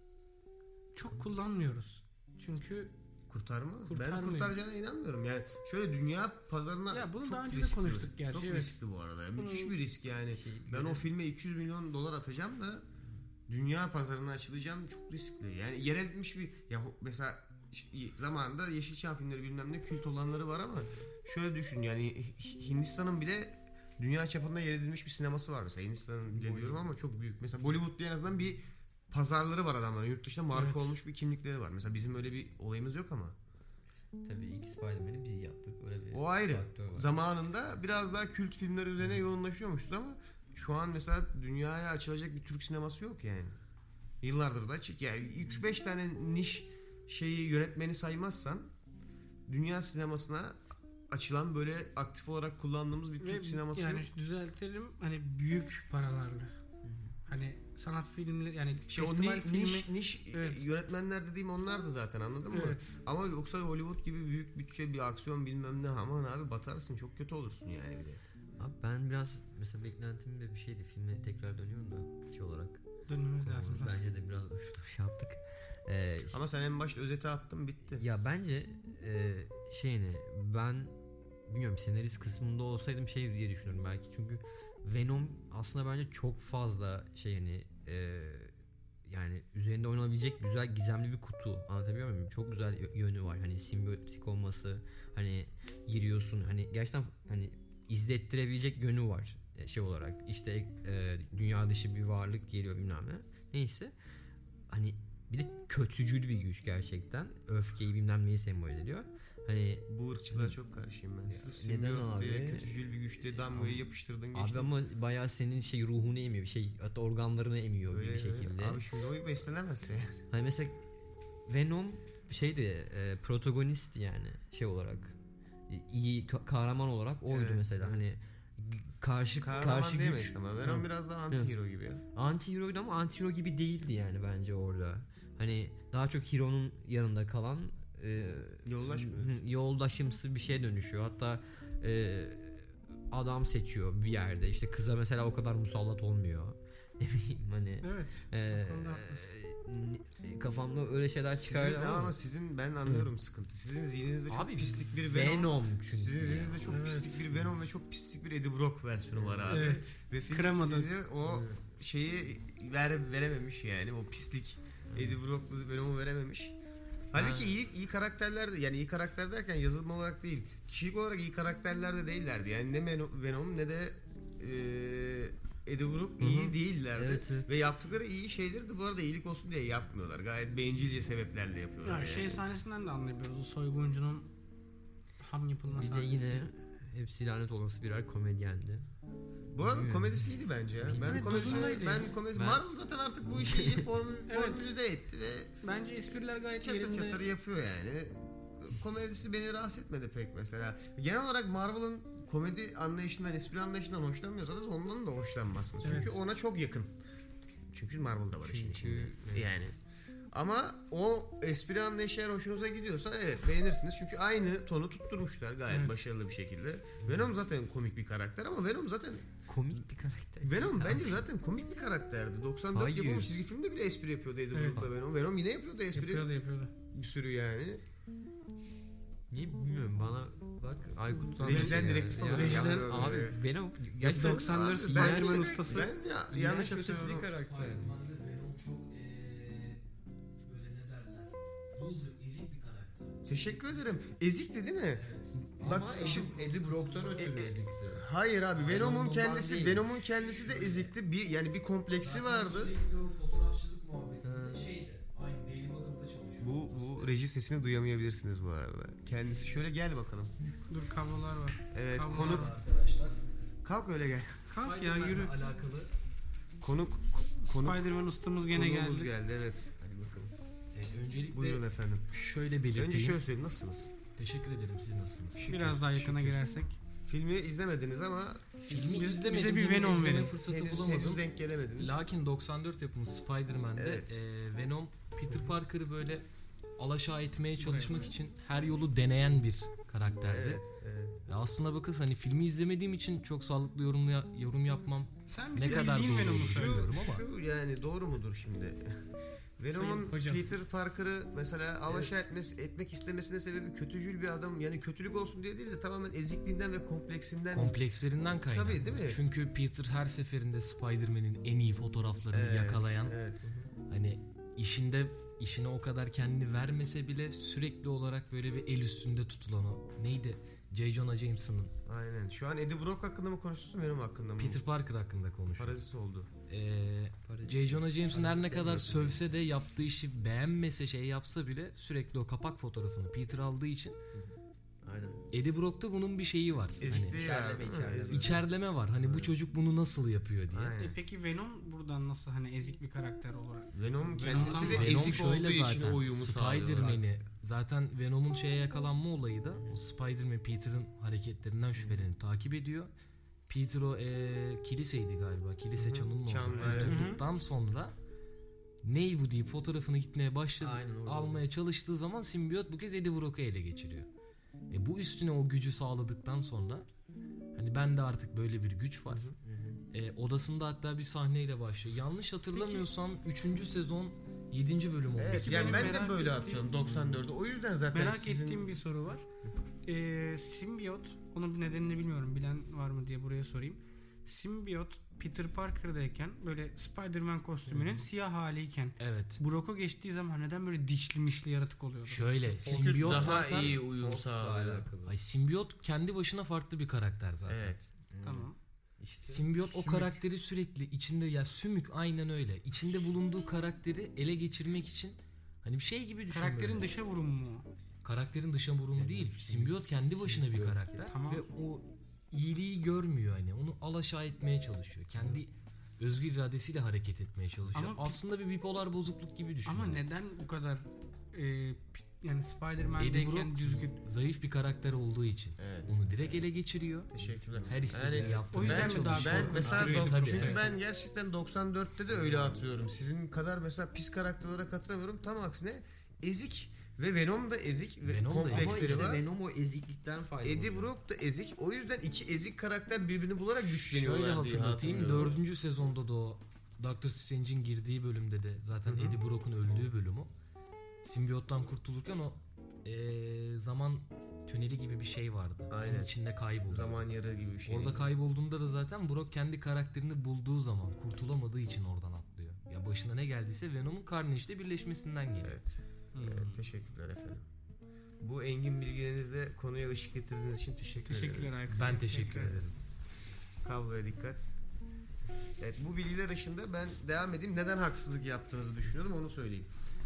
çok kullanmıyoruz. Çünkü Kurtarmaz. Ben Kurtarmıyor. kurtaracağına inanmıyorum. Yani şöyle dünya pazarına Ya bunu çok daha önce de riskli. konuştuk gerçi, Çok evet. riskli bu arada. Müthiş Bunu- bir risk yani. Ben o filme 200 milyon dolar atacağım da dünya pazarına açılacağım çok riskli. Yani yer edilmiş bir ya mesela zamanında Yeşilçam filmleri bilmem ne kült olanları var ama şöyle düşün yani Hindistan'ın bile dünya çapında yer edilmiş bir sineması var mesela. Hindistan'ın bile diyorum ama çok büyük. Mesela Bollywood'da en azından bir pazarları var adamların. Yurt dışında marka Evet. olmuş bir kimlikleri var. Mesela bizim öyle bir olayımız yok ama. Tabii ilk Spider-Man'i biz yaptık. Öyle bir O ayrı. faktör var. Zamanında biraz daha kült filmler üzerine yoğunlaşıyormuşuz ama şu an mesela dünyaya açılacak bir Türk sineması yok yani. Yıllardır da açık. Yani 3-5 tane niş şeyi yönetmeni saymazsan dünya sinemasına açılan böyle aktif olarak kullandığımız bir Türk sineması yani yok. düzeltelim hani büyük paralarla. Hani sanat filmleri yani İşte o festival filmi niş Evet. yönetmenler dediğim onlardı zaten anladın mı? Evet. Ama yoksa Hollywood gibi büyük bütçe bir aksiyon bilmem ne aman abi batarsın çok kötü olursun yani bir de. Abi ben biraz mesela beklentim de bir şeydi. Filme tekrar dönüyorum da şey olarak. dönmemiz lazım zaten. Bence de biraz uçtu şey yaptık. Ama sen en başta özeti attın bitti. Ya bence ben bilmiyorum senarist kısmında olsaydım şey diye düşünüyorum belki çünkü Venom aslında bence çok fazla yani üzerinde oynanabilecek güzel gizemli bir kutu, anlatabiliyor muyum? Çok güzel yönü var hani simbiyotik olması, hani giriyorsun hani gerçekten hani izlettirebilecek yönü var şey olarak işte dünya dışı bir varlık geliyor bilmem ne neyse hani bir de kötücül bir güç gerçekten. Öfkeyi bilmem neyi sembol ediyor. Hani Bu ırkçılığa çok karşıyım ben. Sırf neden simbiyot diye abi? kötücül bir güç diye damgayı yapıştırdın geçtin. abi ama bayağı senin ruhunu emiyor. Hatta organlarını emiyor Öyle, bir şekilde. Abi şimdi o beslenemezse yani. Hani mesela Venom protagonist yani şey olarak iyi kahraman olarak oydu Evet, mesela evet. hani karşı Kahraman diyemeyiz güç. ama Venom biraz daha anti-hero gibi ya. Anti-hero'ydu ama anti-hero gibi değildi yani bence orada. Hani daha çok hero'nun yanında kalan Yoldaşmıyoruz. yoldaşımsı bir şeye dönüşüyor. Hatta adam seçiyor bir yerde. İşte kıza mesela o kadar musallat olmuyor. Ne bileyim hani Evet. o konuda haklısın. kafamda öyle şeyler çıkar ama Sizin ben anlıyorum sıkıntı. Sizin zihninizde çok abi pislik bir Venom. çünkü. Sizin zihninizde çok Evet. pislik bir Venom ve çok pislik bir Eddie Brock versiyonu var abi. Evet. Ve film Kıramadın. size o şeyi verememiş yani o pislik Eddie Brock'lu Venom'u verememiş. Halbuki iyi karakterler de, yani iyi karakter derken yazılım olarak değil, kişilik olarak iyi karakterler de değillerdi. Yani ne Venom ne de Eddie Brock iyi değillerdi. Evet. Ve yaptıkları iyi şeyleri de bu arada iyilik olsun diye yapmıyorlar. Gayet bencilce sebeplerle yapıyorlar. Ya şey sahnesinden de anlayabiliyoruz. O soyguncunun ham yapılma Bir de sahnesi. yine hepsi lanet olası birer komedyendi. Bu arada Bilmiyorum. komedisi iyiydi bence ya. Evet, dozundaydı ya. Marvel zaten artık bu işi iyi formülize etti ve Bence espriler gayet çatır yerinde. çatır yapıyor yani. Komedisi beni rahatsız etmedi pek mesela. Genel olarak Marvel'ın komedi anlayışından, espri anlayışından hoşlanmıyorsanız ondan da hoşlanmazsınız. Çünkü Evet. ona çok yakın. Çünkü Marvel'da var işin Çünkü, içinde. evet. Yani. Ama o espri anlayışı eğer hoşunuza gidiyorsa evet beğenirsiniz. Çünkü aynı tonu tutturmuşlar gayet Evet. başarılı bir şekilde. Venom zaten komik bir karakter ama Venom zaten Komik bir karakter. Venom bence zaten komik bir karakterdi. 94 Hayır. yapımı çizgi filmde bile espri yapıyordu Eddie Evet. Brock'la Venom. Venom yine yapıyordu espri. Yapıyordu. Bir sürü yani. Niye bilmiyorum bana bak Aykut Rejiden direktif alıyor. Rejiden- yapmıyor Abi böyle. Venom Gerçekten gerçekten 94 Abi, Spider-Man bence- ustası. Ben yanlış atıyorum. karakter. Spider-Man'de Venom çok böyle ne derler? Loser, ezik bir karakter. Teşekkür ederim. Ezikti değil mi? Bak şimdi Eddie Brock'tan ötürü ezikti. hayır abi Hayır, Venom'un ondan kendisi değil. Venom'un kendisi de ezikti. Bir kompleksi vardı. Sürekli o fotoğrafçılık muhabbetinde şeydi. Aynı Daily Buggle'da çalışıyor. Bu reji sesini duyamayabilirsiniz bu arada. Kendisi şöyle gel bakalım. Dur kablolar var. Evet Kablolar konuk var. Arkadaşlar. kalk öyle gel. Kalk ya yürü. Spider-Man'le alakalı Konuk Spider-Man ustamız gene konuğumuz geldi. geldi evet. Hadi bakalım. öncelikle Buyurun efendim. şöyle belirteyim. Önce şöyle söyleyeyim nasılsınız? Teşekkür ederim. Siz nasılsınız? Biraz daha yakına girersek. Filmi izlemediniz ama siz Filmi Bize izlemedim. bir henüz Venom izleme verin. fırsatı henüz bulamadım. denk gelemediniz. Lakin 94 yapımı Spider-Man'de Evet. Venom Peter Parker'ı böyle alaşağı etmeye çalışmak için her yolu deneyen bir karakterdi. Evet, evet. Ve aslına bakılırsa hani filmi izlemediğim için çok sağlıklı yorum yapmam Sen ne bize kadar bildiğin doğru Venom'u şu- söyle. Bilmiyorum ama. Şu yani doğru mudur şimdi? Venom'un Sayın hocam. Peter Parker'ı mesela alaşağı etmek istemesine sebebi kötücül bir adam. Yani kötülük olsun diye değil de tamamen ezikliğinden ve kompleksinden. Komplekslerinden kaynaklı. Tabii, değil mi? Çünkü Peter her seferinde Spider-Man'in en iyi fotoğraflarını Evet, yakalayan, Evet. hani işine o kadar kendini vermese bile sürekli olarak böyle bir el üstünde tutulan o. Neydi? J. Jonah Jameson'ın Aynen. Şu an Eddie Brock hakkında mı konuşuyorsun Venom hakkında mı? Peter Parker hakkında konuşuyor. Parazit oldu. J. Jonah Jameson her ne kadar sövse de yaptığı işi beğenmese şey yapsa bile sürekli o kapak fotoğrafını Peter aldığı için Aynen. Eddie Brock'ta bunun bir şeyi var. Ezikliği içerleme, yani. içerleme. Ezikliği. İçerleme var. Hani bu çocuk bunu nasıl yapıyor diye. Aynen. Peki Venom buradan nasıl hani ezik bir karakter olarak? Venom'un kendisi de Venom ezik olduğu için o uyumu sağlıyor. Spider-Man'i zaten Venom'un şeye yakalanma olayı da o Spider-Man Peter'ın hareketlerinden şüphelenip takip ediyor. Peter o kiliseydi galiba. Kilise çanının Çan, orada. evet. Kurtulduktan sonra ney bu deyip fotoğrafını gitmeye başladı. Aynen, orada. Almaya çalıştığı zaman simbiyot bu kez Eddie Brock'u ele geçiriyor. Bu üstüne o gücü sağladıktan sonra hani bende artık böyle bir güç var. Odasında hatta bir sahneyle başlıyor. Yanlış hatırlamıyorsam 3. sezon 7. bölüm olması. Evet Peki yani benim ben de merak böyle ettiğim- atıyorum 94'ü. O yüzden zaten Merak sizin... ettiğim bir soru var. Simbiyot, onun bir nedenini bilmiyorum. Bilen var mı diye buraya sorayım. Simbiyot Peter Parker'dayken böyle Spider-Man kostümünün siyah haliyken Evet. Brock'a geçtiği zaman neden böyle dişli mişli yaratık oluyordu? Şöyle simbiyot daha zaten iyi uyum Ghost'la sağlıyor. alakalı. Ay simbiyot kendi başına farklı bir karakter zaten. Evet. Tamam. İşte Simbiyot o karakteri sürekli içinde ya sümük aynen öyle. İçinde bulunduğu karakteri ele geçirmek için hani bir şey gibi düşün. Karakterin böyle. dışa vurumu mu? Karakterin dışa vurumu değil. Simbiyot kendi başına bir karakter Tamam. ve o iyiliği görmüyor hani. Onu alaşağı etmeye çalışıyor. Kendi özgür iradesiyle hareket etmeye çalışıyor. Ama- Aslında bir bipolar bozukluk gibi düşün. Ama onu. neden bu kadar yani Eddie Spider-Man'deyken Brock düzgün? zayıf bir karakter olduğu için Evet. onu direkt ele geçiriyor. Teşekkürler. Her istediğini Yani yaptırmaya o yüzden mi çalışıyor. daha Ben korkunç mesela duruyor? Tabii, çünkü evet. ben gerçekten 94'te de öyle hatırlıyorum. Sizin kadar mesela pis karakter olarak hatırlamıyorum. Tam aksine ezik ve Venom da ezik ve Venom da ama kompleksleri işte var. Venom o eziklikten faydalanıyor. Eddie Brock da ezik. O yüzden iki ezik karakter birbirini bularak Şöyle güçleniyorlar diye hatırlatayım. hatırlıyorum. 4. sezonda da o Doctor Strange'in girdiği bölümde de zaten Eddie Brock'un öldüğü bölümü. Simbiyottan kurtulurken o zaman tüneli gibi bir şey vardı. Aynen. Onun içinde kayboldu. Zaman yarığı gibi bir şey. Orada kaybolduğunda da zaten Brock kendi karakterini bulduğu zaman kurtulamadığı için oradan atlıyor. Ya başına ne geldiyse Venom'un Carnage'le birleşmesinden geliyor. Evet. Teşekkürler efendim. Bu engin bilgilerinizle konuya ışık getirdiğiniz için teşekkürler. Teşekkürler Aykut. Ben teşekkür ederim. Kabloya dikkat. Evet, bu bilgiler ışığında ben devam edeyim. Neden haksızlık yaptığınızı düşünüyordum, onu söyleyeyim.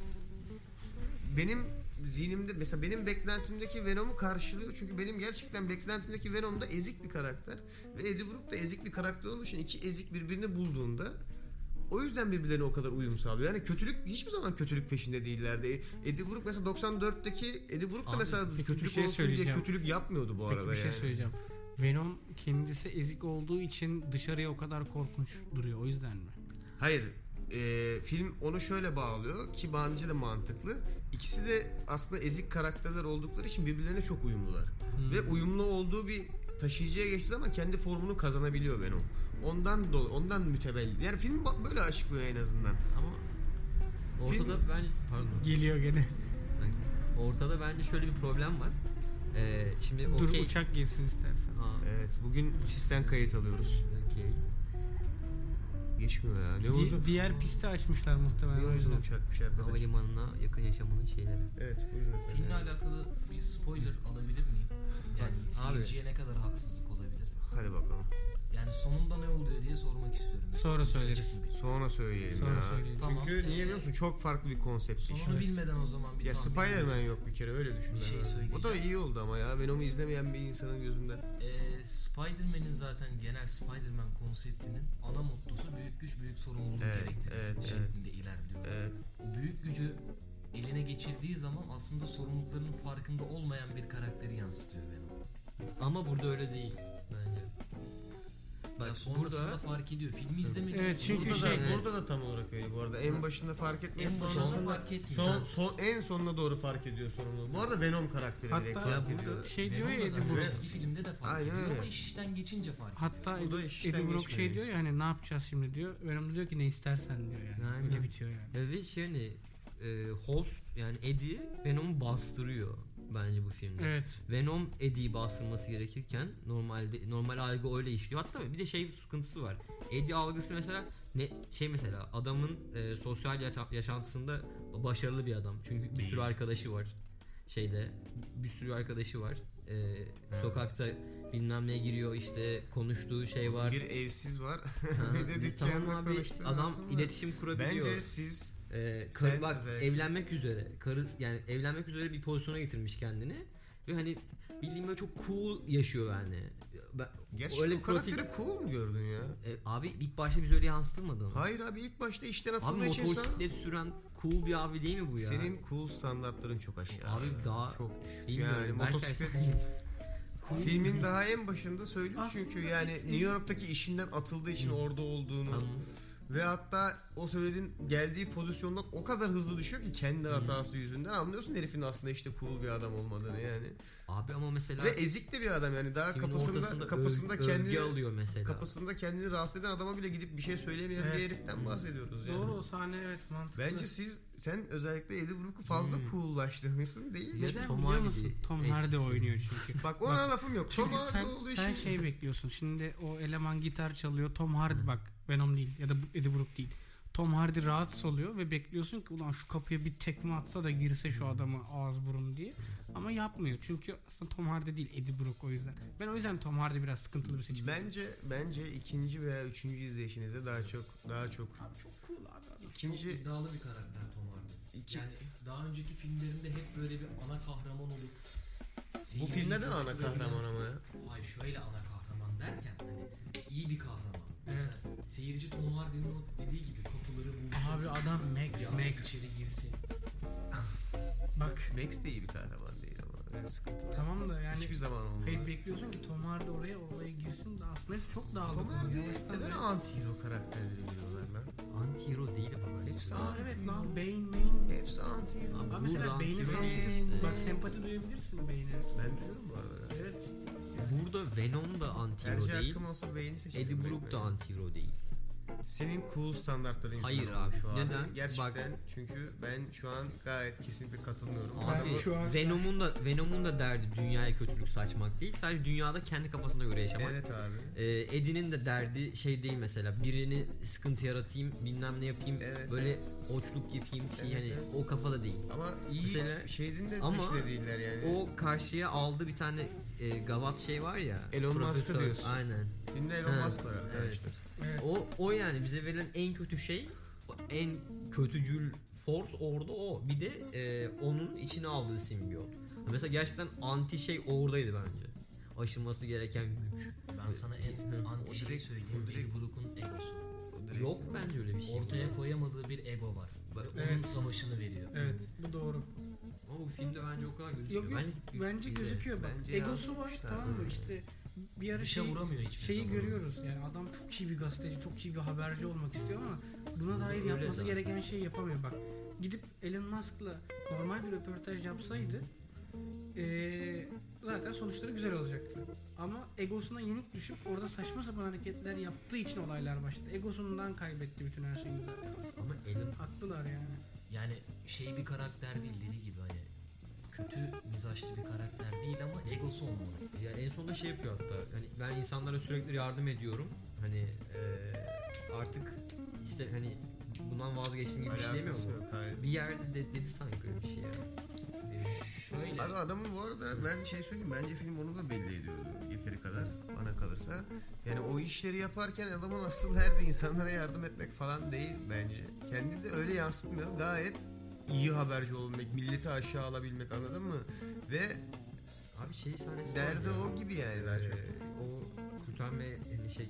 Benim zihnimde mesela benim beklentimdeki Venom'u karşılıyor. Çünkü benim gerçekten beklentimdeki Venom da ezik bir karakter. Ve Eddie Brock da ezik bir karakter olduğu için iki ezik birbirini bulduğunda o yüzden birbirlerine o kadar uyum sağlıyor. Yani kötülük, hiçbir zaman kötülük peşinde değillerdi. Eddie Brock mesela 94'teki Eddie Brock da Abi, mesela peki bir kötülük şey olsun diye söyleyeceğim. kötülük yapmıyordu bu Peki arada bir şey yani. söyleyeceğim. Venom kendisi ezik olduğu için dışarıya o kadar korkunç duruyor. O yüzden mi? Hayır. Film onu şöyle bağlıyor ki bence de mantıklı. İkisi de aslında ezik karakterler oldukları için birbirlerine çok uyumlular. Ve uyumlu olduğu bir taşıyıcıya geçtiği zaman kendi formunu kazanabiliyor Venom. Ondan mütevellit. Yani film böyle açıklıyor en azından. Ama ortada pardon. Geliyor gene. Ortada bence şöyle bir problem var. Şimdi Dur okey. uçak gelsin istersen. Evet, bugün pistten kayıt alıyoruz. Okey. Geçmiyor ya. Ne uzun. Diğer pisti açmışlar muhtemelen. Ne o uzun yüzden. uçakmış arkadaş. Havalimanına yakın yaşamanın şeyleri. Evet, buyurun efendim. Filmle alakalı bir spoiler alabilir miyim? Yani Abi. seyirciye ne kadar haksızlık olabilir? Hadi bakalım. Yani sonunda ne oluyor diye sormak istiyorum. Sonra söyleriz. Açık mı bir- Sonra söyleyelim Sonra ya. söyleyelim. Tamam. Çünkü niye biliyor musun? Çok farklı bir konsept. Sonunu bilmeden o zaman bir Ya tahmin Spider-Man yürütün. yok bir kere, öyle düşün. Bir şey yani. söyleyeceğim. Bu da iyi oldu ama ya. Venom'u izlemeyen bir insanın gözünden. Spider-Man'in zaten genel Spider-Man konseptinin ana mottosu büyük güç büyük sorumluluk Evet, gerektirir evet, şeklinde ilerliyor. Evet. O büyük gücü eline geçirdiği zaman aslında sorumluluklarının farkında olmayan bir karakteri yansıtıyor Venom. Ama burada öyle değil bence. Ya Bak sonrasında burada fark ediyor. Filmi izlemedim. Evet, çünkü Burada, şey- da, burada da tam olarak öyle bu arada. En başında fark etmiyor. En başında fark etmiyor. En sonuna doğru fark ediyor sorumluluğu. Bu arada Venom karakteri direkt Hatta- fark Ya ediyor. burada- Şey diyor Venom ya da Eddie zaten Brock. çizgi filmde de fark Aynen ediyor öyle. ama iş işten geçince fark ediyor. Hatta Burada Eddie işten Brock şey geçmiyoruz. diyor ya hani ne yapacağız şimdi diyor. Venom da diyor ki ne istersen diyor yani. Aynen. Öyle bitiyor yani. ve şey hani host yani Eddie Venom'u bastırıyor bence bu filmde. Evet. Venom Eddie'yi bastırması gerekirken normal algı öyle işliyor. Hatta bir de şey sıkıntısı var. Eddie algısı mesela mesela adamın sosyal yaşantısında başarılı bir adam. Çünkü bir sürü arkadaşı var. Bir sürü arkadaşı var. Sokakta bilmem ne giriyor, işte konuştuğu şey var. Bir evsiz var. Ha, Bir de dükkanda tamam abi, konuştuğu adam hatun var. iletişim kurabiliyor. Bence siz Karı bak özellikle- evlenmek üzere. Yani evlenmek üzere bir pozisyona getirmiş kendini. Ve hani bildiğim böyle çok cool yaşıyor yani. Gerçekten öyle o bir profil- karakteri cool mu gördün ya? Abi ilk başta biz öyle yansıtılmadı mı? Hayır abi, ilk başta işten Abi atıldığı için sana... motosiklet süren cool bir abi değil mi bu ya? Senin cool standartların çok aşağı. Abi daha çok düşük. bilmiyorum, Yani Berkay- motosiklet filmin daha en başında söylüyor Aslında çünkü yani New York'taki işinden atıldığı için orada olduğunu Tamam. ve hatta o söylediğin geldiği pozisyondan o kadar hızlı düşüyor ki kendi hatası yüzünden anlıyorsun herifin aslında işte cool bir adam olmadığını yani. Abi ama mesela Ve ezik de bir adam yani, daha filmin ortasında kapısında övgü kendini alıyor mesela. kapısında kendini rahatsız eden adama bile gidip bir şey söylemeyen Evet. bir heriften bahsediyoruz yani. Doğru, o sahne evet mantıklı. Bence sen özellikle Eddie Brock'u fazla coollaştırmışsın değil mi? Neden Tom biliyor Hardy musun? Tom etkisi. Hardy oynuyor çünkü. Bak ona lafım yok. Tom Çünkü Hardy olduğu için. sen şey bekliyorsun. Şimdi o eleman gitar çalıyor. Tom Hardy bak Venom değil ya da Eddie Brock değil. Tom Hardy rahatsız oluyor ve bekliyorsun ki ulan şu kapıya bir tekme atsa da girse şu adamı ağız burun diye. Ama yapmıyor. Çünkü aslında Tom Hardy değil Eddie Brock o yüzden. Ben o yüzden Tom Hardy biraz sıkıntılı bir seçim. Bence ikinci veya üçüncü izleyişinizde daha çok Abi çok cool abi. ikinci Çok iddialı bir karakter Tom Hardy. İki- Yani daha önceki filmlerinde hep böyle bir ana kahraman olup bu seyirciyi film neden ana coşturabilen- kahraman ama ya? Hayır, şöyle ana kahraman derken hani iyi bir kahraman. Mesela seyirci Tom Hardy'nin o dediği gibi kapıları vursun. Abi adam Max. içeri girsin. Bak Max de iyi bir kahraman değil ama öyle sıkıntı var. tamam da yani Hiçbir zaman olmadı. hayır bekliyorsun ki Tom Hardy oraya girsin de aslında çok dağıldı. Tom Hardy Baştan neden beri- anti-hero karakterleri giriyorlar lan? Anti-hero değil ama. Hepsi Aa anti-hero. evet lan Bane Main. Hepsi anti-hero. Abi Abi mesela burada Bane'i anti-hero sempatik, işte. bak sempati duyabilirsin Bane'e. Ben duyuyorum bu arada. Evet. Burada Venom da anti-hero Tercih değil. hakkım olsa beğeni seçerim. Eddie Brock da anti-hero değil. Senin cool standartların yüzünden Hayır oldu abi. şu an. Neden? Gerçekten çünkü ben şu an gayet kesinlikle katılmıyorum. Abi, Adamı- şu an Venom'un da derdi dünyaya kötülük saçmak değil. Sadece dünyada kendi kafasına göre yaşamak. Evet abi. Eddie'nin de derdi şey değil mesela. Birini sıkıntı yaratayım, bilmem ne yapayım. Evet. Böyle oçluk yapayım ki Evet, hani evet. o kafada değil. Ama iyi Mesela- şeyin de ama peşinde değiller yani. O karşıya aldı bir tane gavat şey var ya. Elon Musk'ı profesör. diyorsun. Aynen. Filmde Elon Ha, Musk var arkadaşlar. evet. O yani bize verilen en kötü şey, en kötücül force orada o. Bir de onun içine aldığı simbiyot. Mesela gerçekten anti şey oradaydı bence. Aşılması gereken güç. Ben sana en anti O şeyi direkt- söyleyeyim. o direkt- Eddie Brooke'un egosu. O direkt- Yok bence öyle bir şey. Ortaya koyamadığı bir ego var. Ve Evet. onun savaşını veriyor. Evet, bu doğru. Ama bu filmde bence o kadar gözüküyor. Yok bence gözüküyor bak. Bence Egosu var, yansıtmışlar. tamam mı? İşte bir ara Dışa vuramıyor hiçbir şeyi zaman. görüyoruz. Yani adam çok iyi bir gazeteci, çok iyi bir haberci olmak istiyor ama buna dair Öyle yapması zaten. gereken şeyi yapamıyor bak. Gidip Elon Musk'la normal bir röportaj yapsaydı zaten sonuçları güzel olacaktı. Ama egosuna yenik düşüp orada saçma sapan hareketler yaptığı için olaylar başladı. Egosundan kaybetti bütün her şeyini zaten aslında. Ama Elon Haklılar yani. Yani şey bir karakter değil dediği gibi hani kötü mizaçlı bir karakter değil ama egosu olmalı. ya en sonunda şey yapıyor hatta. Hani ben insanlara sürekli yardım ediyorum. Hani artık işte hani bundan vazgeçtiğim gibi bir şey demiyor Alakası mu? yok, hayır. Bir yerde dedi sanki öyle bir şey ya. Şöyle Abi adamın bu arada ben şey söyleyeyim, bence film onu da belli ediyordu yeteri kadar bana kalırsa. Yani o işleri yaparken adamın asıl derdi insanlara yardım etmek falan değil bence. Kendini de öyle yansıtmıyor. Gayet iyi haberci olmak, milleti aşağı alabilmek, anladın mı? Ve Abi şey sahnesi derdi var ya. o gibi yani daha çok. O kurtarma hani şey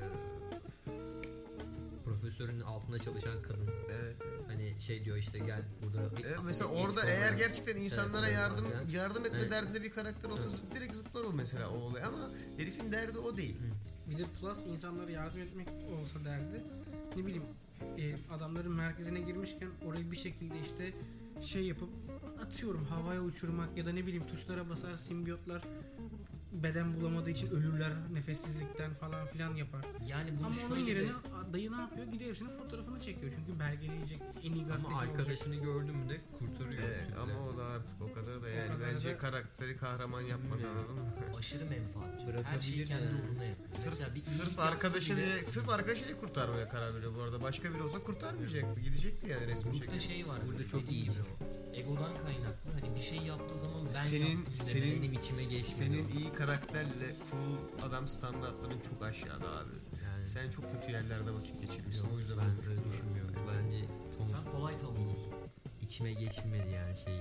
profesörün altında çalışan kadın Evet. hani şey diyor işte gel burada Evet, mesela it orada falan eğer var. gerçekten insanlara Evet, yardım falan. etme Evet. derdinde bir karakter olsa direkt zıplar o mesela o olay, ama herifin derdi o değil. Bir de plus insanlara yardım etmek olsa derdi. Ne bileyim adamların merkezine girmişken orayı bir şekilde işte şey yapıp atıyorum havaya uçurmak ya da ne bileyim tuşlara basar simbiyotlar beden bulamadığı için ölürler nefessizlikten falan filan yapar. yani bunu Ama onun şöyle yerine de dayı ne yapıyor? Gidiyor hepsinin fotoğrafını çekiyor. Çünkü belgeleyecek en iyi gazeteci Ama olacak. arkadaşını gördün mü de kurtarıyor. Evet çünkü. ama o da artık o kadar da yani kadar bence da- karakteri kahraman yapmaz, anladın mı? aşırı menfaatçi. Her Bırakabilir şeyi kendi yani. uğruna yapıyor. Mesela bir iyilik Sırf yapsa arkadaşı bile- diye, sırf arkadaşını kurtarmaya karar veriyor bu arada. Başka biri olsa kurtarmayacaktı. Gidecekti yani resmi Burada şekilde. şey var. Burada çok iyi dediğim gibi. Egodan kaynaklı. Hani bir şey yaptığı zaman ben Senin yaptım senin benim içime geçmiyor. senin iyi karakterle cool adam standartların çok aşağıda abi. Yani Sen çok kötü yerlerde vakit geçirmişsin. yok, O yüzden ben olmuş öyle bunlar. düşünmüyorum. Bence Tom Sen kolay tavuğusun. içime geçmedi yani şeyi.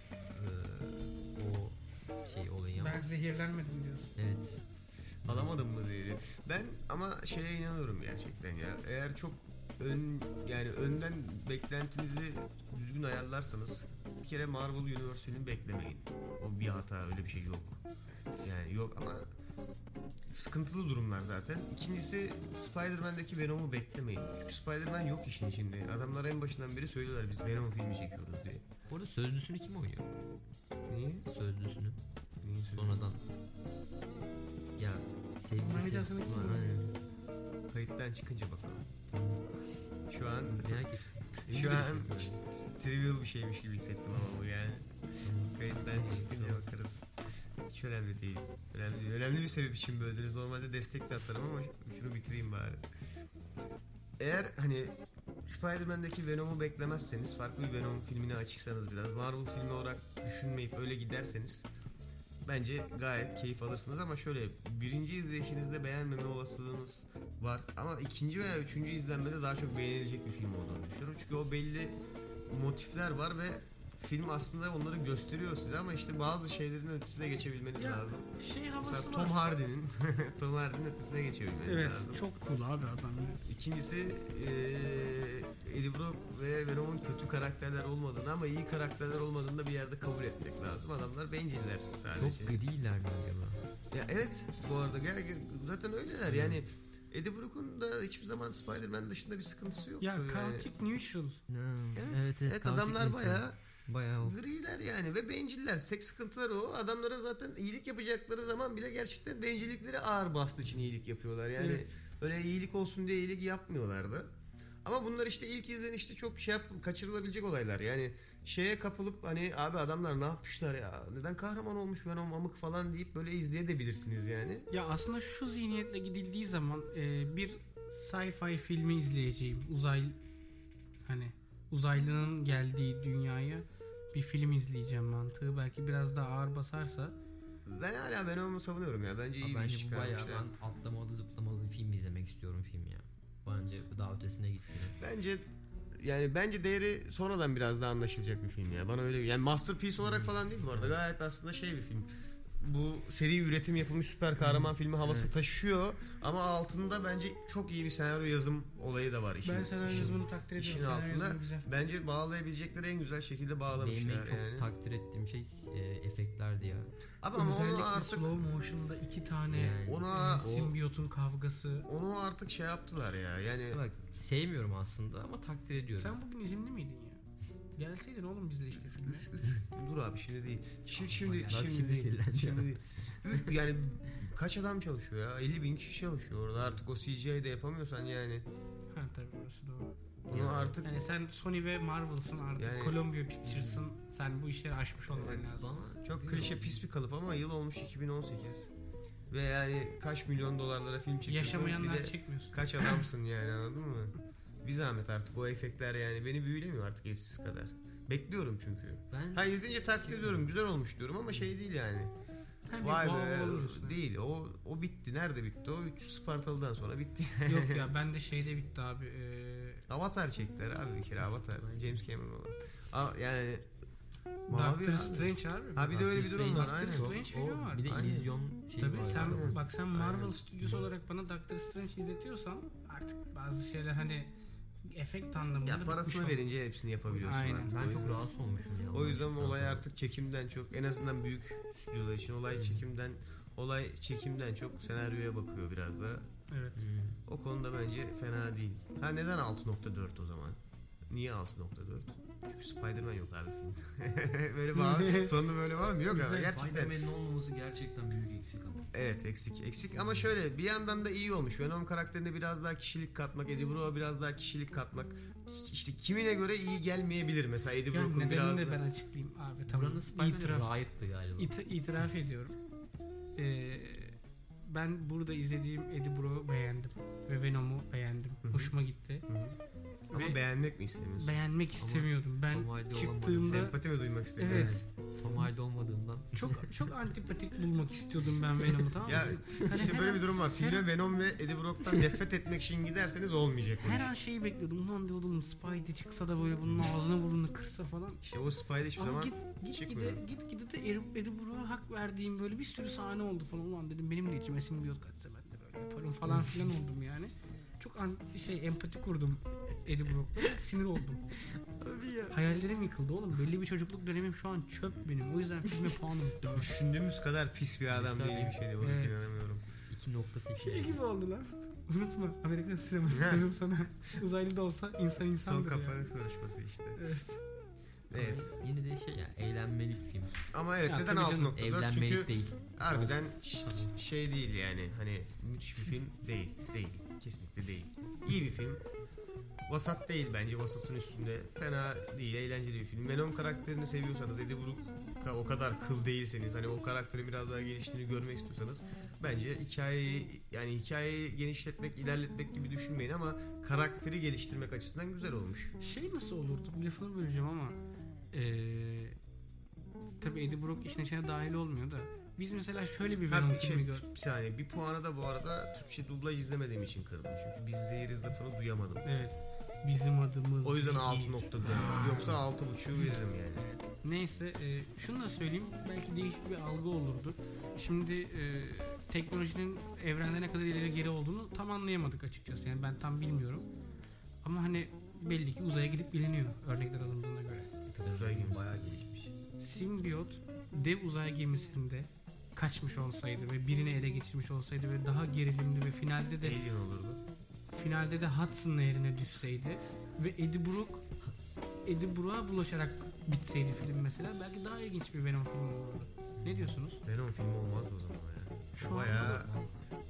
O şey olayı ama. Ben zehirlenmedim diyorsun. Evet. Alamadım mı zehri? Ben ama şeye inanıyorum gerçekten ya. Eğer çok yani önden beklentinizi düzgün ayarlarsanız bir kere Marvel Universe'ünü beklemeyin. O bir hata, öyle bir şey yok. Yani yok ama sıkıntılı durumlar zaten. İkincisi Spider-Man'deki Venom'u beklemeyin. Çünkü Spider-Man yok işin içinde. Adamlar en başından beri söylüyorlar biz Venom filmi çekiyoruz diye. Bu arada sözlüsünü kim oynuyor? Niye? Sözlüsünü. Niye söylüyorsun? Sonradan. Ya sevgilisi. Manidasını kim Var, oynuyor? aynen. Kayıttan çıkınca bakalım. Şu an Merak ettim. şu an trivial bir şeymiş gibi hissettim ama bu yani. Kayıttan çıkınca bakarız. Hiç önemli değil. Önemli değil. Önemli bir sebep için böyledir. Normalde destek de atarım ama şunu bitireyim bari. Eğer hani Spider-Man'deki Venom'u beklemezseniz, farklı bir Venom filmine açıksanız, biraz Marvel filmi olarak düşünmeyip öyle giderseniz bence gayet keyif alırsınız. Ama şöyle, birinci izleyişinizde beğenmeme olasılığınız var ama ikinci veya üçüncü izlenmede daha çok beğenilecek bir film olduğunu düşünüyorum. Çünkü o belli motifler var ve film aslında onları gösteriyor size ama işte bazı şeylerin ötesine geçebilmeniz Ya, lazım. Şey havası Mesela var. Tom Hardy'nin Tom Hardy'nin ötesine geçebilmeniz Evet, lazım. çok cool abi adam ya. İkincisi Eddie Brock ve Venom'un kötü karakterler olmadığını ama iyi karakterler olmadığını da bir yerde kabul etmek lazım. Adamlar benciller sadece. Çok griler mi acaba? Ya evet, bu arada zaten öyleler yani. Eddie Brock'un da hiçbir zaman Spider-Man dışında bir sıkıntısı yok. Ya chaotic neutral. Evet, adamlar bayağı o. griler yani ve benciller. Tek sıkıntıları o. Adamlara zaten iyilik yapacakları zaman bile gerçekten bencillikleri ağır bastığı için iyilik yapıyorlar. Yani Evet. öyle iyilik olsun diye iyilik yapmıyorlardı. Ama bunlar işte ilk izlenişte çok kaçırılabilecek olaylar. Yani şeye kapılıp hani abi adamlar ne yapmışlar ya, neden kahraman olmuş Venom amık falan deyip böyle izleyebilirsiniz yani. Ya aslında şu zihniyetle gidildiği zaman bir sci-fi filmi izleyeceğim. Hani uzaylının geldiği dünyaya bir film izleyeceğim mantığı. Belki biraz daha ağır basarsa. Ben hala Venom'u savunuyorum ya. Bence iyi bir Bence iş bu bayağı çıkarmışlar. ben atlamalı zıplamalı bir film izlemek istiyorum film ya. Bence daha ötesine gitti. Bence değeri sonradan biraz daha anlaşılacak bir film ya. Bana öyle, yani masterpiece olarak falan değil bu arada. Gayet aslında şey bir film. Bu seri üretim yapılmış süper kahraman filmi havası taşıyor ama altında bence çok iyi bir senaryo yazım olayı da var işin. Ben senaryo yazımını takdir ediyorum. İşin Senaryo altında yazımı güzel. bence bağlayabilecekleri en güzel şekilde bağlamışlar Benim en çok yani. takdir ettiğim şey efektlerdi ya. Abi ama onu Özellikle artık slow motion'da iki tane Yani simbiyotun kavgası. onu artık şey yaptılar ya. Yani Bak sevmiyorum aslında ama takdir ediyorum. Sen bugün izinli miydin ya? Gelseydin oğlum bizle işte filme. dur abi şimdi değil. Şimdi Şimdi değil. sinirlendim. Şimdi değil. Yani kaç adam çalışıyor ya? 50.000 kişi çalışıyor orada. Artık o CGI'de yapamıyorsan yani. Ha tabii orası doğru. Onu artık Yani sen Sony ve Marvel'sın artık. Yani- Columbia Pictures'ın. Sen bu işleri aşmış olman Evet, lazım. Bana çok klişe pis bir kalıp ama yıl olmuş 2018. Ve yani kaç milyon dolarlara film çekiyorsun. Yaşamayanlar bir de çekmiyorsun. kaç adamsın yani, anladın mı? Bir zahmet artık o efektler yani beni büyülemiyor artık eskisi kadar. Bekliyorum çünkü. ben Ha izleyince takdir ediyorum, güzel olmuş diyorum ama şey değil yani. Tabii, Vay wow be olmuyorsun. değil. O bitti. Nerede bitti o? 3 Spartalı'dan sonra bitti. Yok ya ben de şeyde bitti abi. Avatar çektiler abi bir kere, Avatar. James Cameron olan. Yani Doctor abi. Strange abi. Ha bir de öyle bir durum var. Doctor Aynen. Strange filmi var. bir de Aynen. illüzyon şeyi Tabii var. sen Aynen. bak sen Marvel Aynen. stüdyosu olarak bana Doctor Strange izletiyorsan artık bazı şeyler hani efekt anlamında Ya bitmiş parasını oldu. verince hepsini yapabiliyorsun Aynen. artık. Ben O çok yüzden- rahatsız olmuşum ya. O yüzden ondan olay sonra. artık çekimden çok, en azından büyük stüdyolar için olay çekimden çok senaryoya bakıyor biraz da. Evet. O konuda bence fena değil. Ha neden 6.4 o zaman? Niye 6.4? Çünkü Spider-Man yok abi filmde. Böyle bağlı. Sonunda böyle var mı? Yok ama gerçekten. Spider-Man'in olmaması gerçekten büyük eksik ama. Evet eksik ama şöyle bir yandan da iyi olmuş. Venom karakterine biraz daha kişilik katmak, Eddie Brock'a biraz daha kişilik katmak. İşte kimine göre iyi gelmeyebilir. Mesela Eddie Yani Brock'un biraz nedenini de da... ben açıklayayım abi tamam. Buranın Spider-Man İtiraf, Riot'tı galiba. itiraf ediyorum. Ben burada izlediğim Eddie Brock'u beğendim. Ve Venom'u beğendim. Hı hı. Hoşuma gitti. Ama Ve beğenmek mi istemiyorsun? beğenmek istemiyordum. Ben Tom Hardy çıktığımda Sempati mi duymak istemiyorsun? evet Tom Hardy olmadığından. çok antipatik bulmak istiyordum ben Venom'u, tamam mı? Ya Hani işte her böyle an- bir durum var. Filme Venom ve Eddie Brock'tan nefret etmek için giderseniz olmayacak. o Her iş. an şeyi bekliyordum. Ulan diyordum Spidey çıksa da böyle bunun ağzını burnunu kırsa falan. İşte o Spidey hiçbir Ama zaman git çıkmıyor. gide de Eddie Brock'a hak verdiğim böyle bir sürü sahne oldu falan. Ulan dedim benim de içime simbiyot katsa ben de böyle yaparım falan filan oldum yani. Çok empati kurdum Eddie Brock'la. Sinir oldum. Hayallerim yıkıldı oğlum. Belli bir çocukluk dönemim şu an çöp benim. O yüzden filme puanım. Düşündüğümüz kadar pis bir adam Mesela değilmiş Eddie Brock, evet. inanamıyorum. 2.8. Şey gibi oldu lan. Unutma Amerikan sineması sözüm sana. Uzaylı da olsa insan Son insandır ya. kafanın konuşması işte. Evet. Evet. Ama yine de şey ya eğlenmelik film. Ama evet Ya neden tabii canım, 6.4? Evlenmelik Çünkü değil. harbiden şey değil yani, hani müthiş bir film değil. Kesinlikle değil. İyi bir film. Vasat değil bence, vasatın üstünde. Fena değil, eğlenceli bir film. Venom karakterini seviyorsanız, Eddie Brock'a o kadar kıl değilseniz, hani o karakterin biraz daha geliştiğini görmek istiyorsanız bence hikayeyi genişletmek, ilerletmek gibi düşünmeyin ama karakteri geliştirmek açısından güzel olmuş. Şey nasıl olurdu? Lafını böleceğim ama tabii Eddie Brock işin içine dahil olmuyor da biz mesela şöyle bir Venom filmi gör. Bir saniye, bir puanı da bu arada Türkçe dublaj izlemediğim için kırdım. Çünkü biz zehiriz lafını duyamadım. Evet. Bizim adımız. O yüzden değil. 6.4. Yoksa 6.5'u veririm yani. Neyse şunu da söyleyeyim. Belki değişik bir algı olurdu. Şimdi teknolojinin evrende ne kadar ileri geri olduğunu tam anlayamadık açıkçası. Yani ben tam bilmiyorum. Ama hani belli ki uzaya gidip biliniyor örnekler alındığına göre. Uzay gemisi. Bayağı gelişmiş. Simbiyot dev uzay gemisinde kaçmış olsaydı ve birini ele geçirmiş olsaydı ve daha gerilimli ve Alien olurdu. finalde de Hudson Nehri'ne düşseydi ve Eddie Brock'a bulaşarak bitseydi film mesela, belki daha ilginç bir Venom filmi olurdu. Ne diyorsunuz? Venom filmi olmazdı o zaman ya. Şu an Bayağı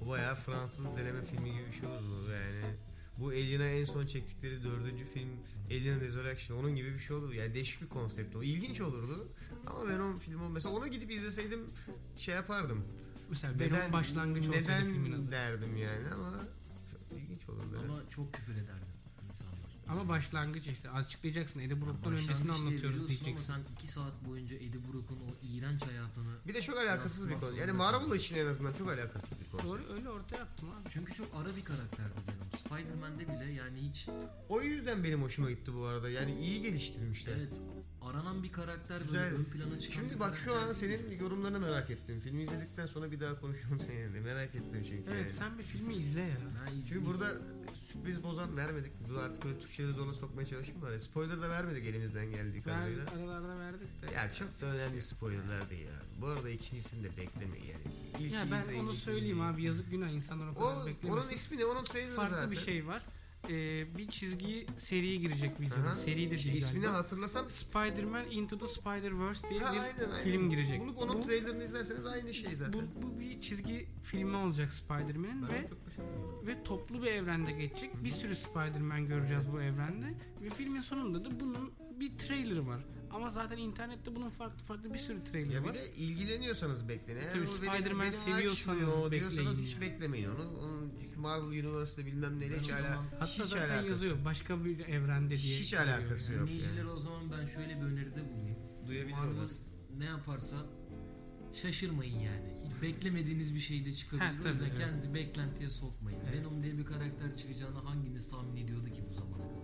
O bayağı Fransız deneme filmi gibi bir şey oldu yani. Bu Alien'a en son çektikleri 4. film Alien Resurrection onun gibi bir şey oldu. Yani değişik bir konsept o. İlginç olurdu. Ama Venom filmi mesela onu gidip izleseydim şey yapardım. Mesela Venom başlangıç olsaydı filmin adı. Neden derdim yani ama ilginç olurdu. Ama çok küfür ederdi insanlar. Ama başlangıç işte açıklayacaksın. Eddie Brock'tan öncesini Başlangıç diye anlatıyoruz veriyorsun diyeceksin. ama sen 2 saat boyunca Eddie Brock'un o iğrenç hayatını... Bir de çok alakasız bir konu. Yani Marvel için en azından çok alakasız bir konsept. Doğru, öyle ortaya attım abi. Çünkü çok ara bir karakterdi Venom. Spider-Man'de bile yani hiç... O yüzden benim hoşuma gitti bu arada. Yani iyi geliştirmişler. Evet, aranan bir karakter Güzel. böyle ön plana çıkan Şimdi bir bak şu karakter an değil. senin yorumlarını merak ettim. Filmi izledikten sonra bir daha konuşalım seninle. Merak ettim çünkü Evet yani. sen bir filmi izle ya. Ben Şimdi izleyeyim. burada sürpriz bozan vermedik. Bu artık böyle Türkçe'de zorla sokmaya çalışayım var ya. Spoiler da vermedik elimizden geldiği kadarıyla. Aralarda verdik de. Ya çok da önemli spoilerler değil ya. Bu arada ikincisini de beklemeyin yani. İlki Ya ben izleyin, onu ikinciyi- söyleyeyim abi, yazık günah insanlar o kadar O, beklemesin. onun ismi ne? Onun trailerı Farklı zaten. bir şey var. Bir çizgi seriye girecek vizyona. Aha. Seri de İşte değil ismini galiba. hatırlasam. Spider-Man Into the Spider-Verse diye Ha, bir aynen. film girecek. Bulup onun Bu- trailerını izlerseniz aynı şey zaten. Bu bir çizgi filmi olacak Spider-Man'in ve toplu bir evrende geçecek. Bir sürü Spider-Man göreceğiz bu evrende ve filmin sonunda da bunun bir trailerı var. Ama zaten internette bunun farklı bir sürü trailer Ya bir var. de ilgileniyorsanız bekleyin. Eğer Tabii o Spider-Man beni seviyorsanız açmıyor bekleyin diyorsanız hiç ya. beklemeyin onu. Onun çünkü Marvel Universe'da bilmem neyle Ben hiç, o zaman- Hatta hiç zaten alakası yazıyor yok. başka bir evrende diye. Hiç yazıyor alakası yani. yok. Dinleyicilere o zaman ben şöyle bir öneride bulunayım. Duyabiliyorlar. Marvel ne yaparsa şaşırmayın yani. Hiç beklemediğiniz bir şey de çıkabilir. Ha, O yüzden tabii, kendinizi beklentiye sokmayın. Evet. Venom diye bir karakter çıkacağını hanginiz tahmin ediyordu ki bu zamana kadar?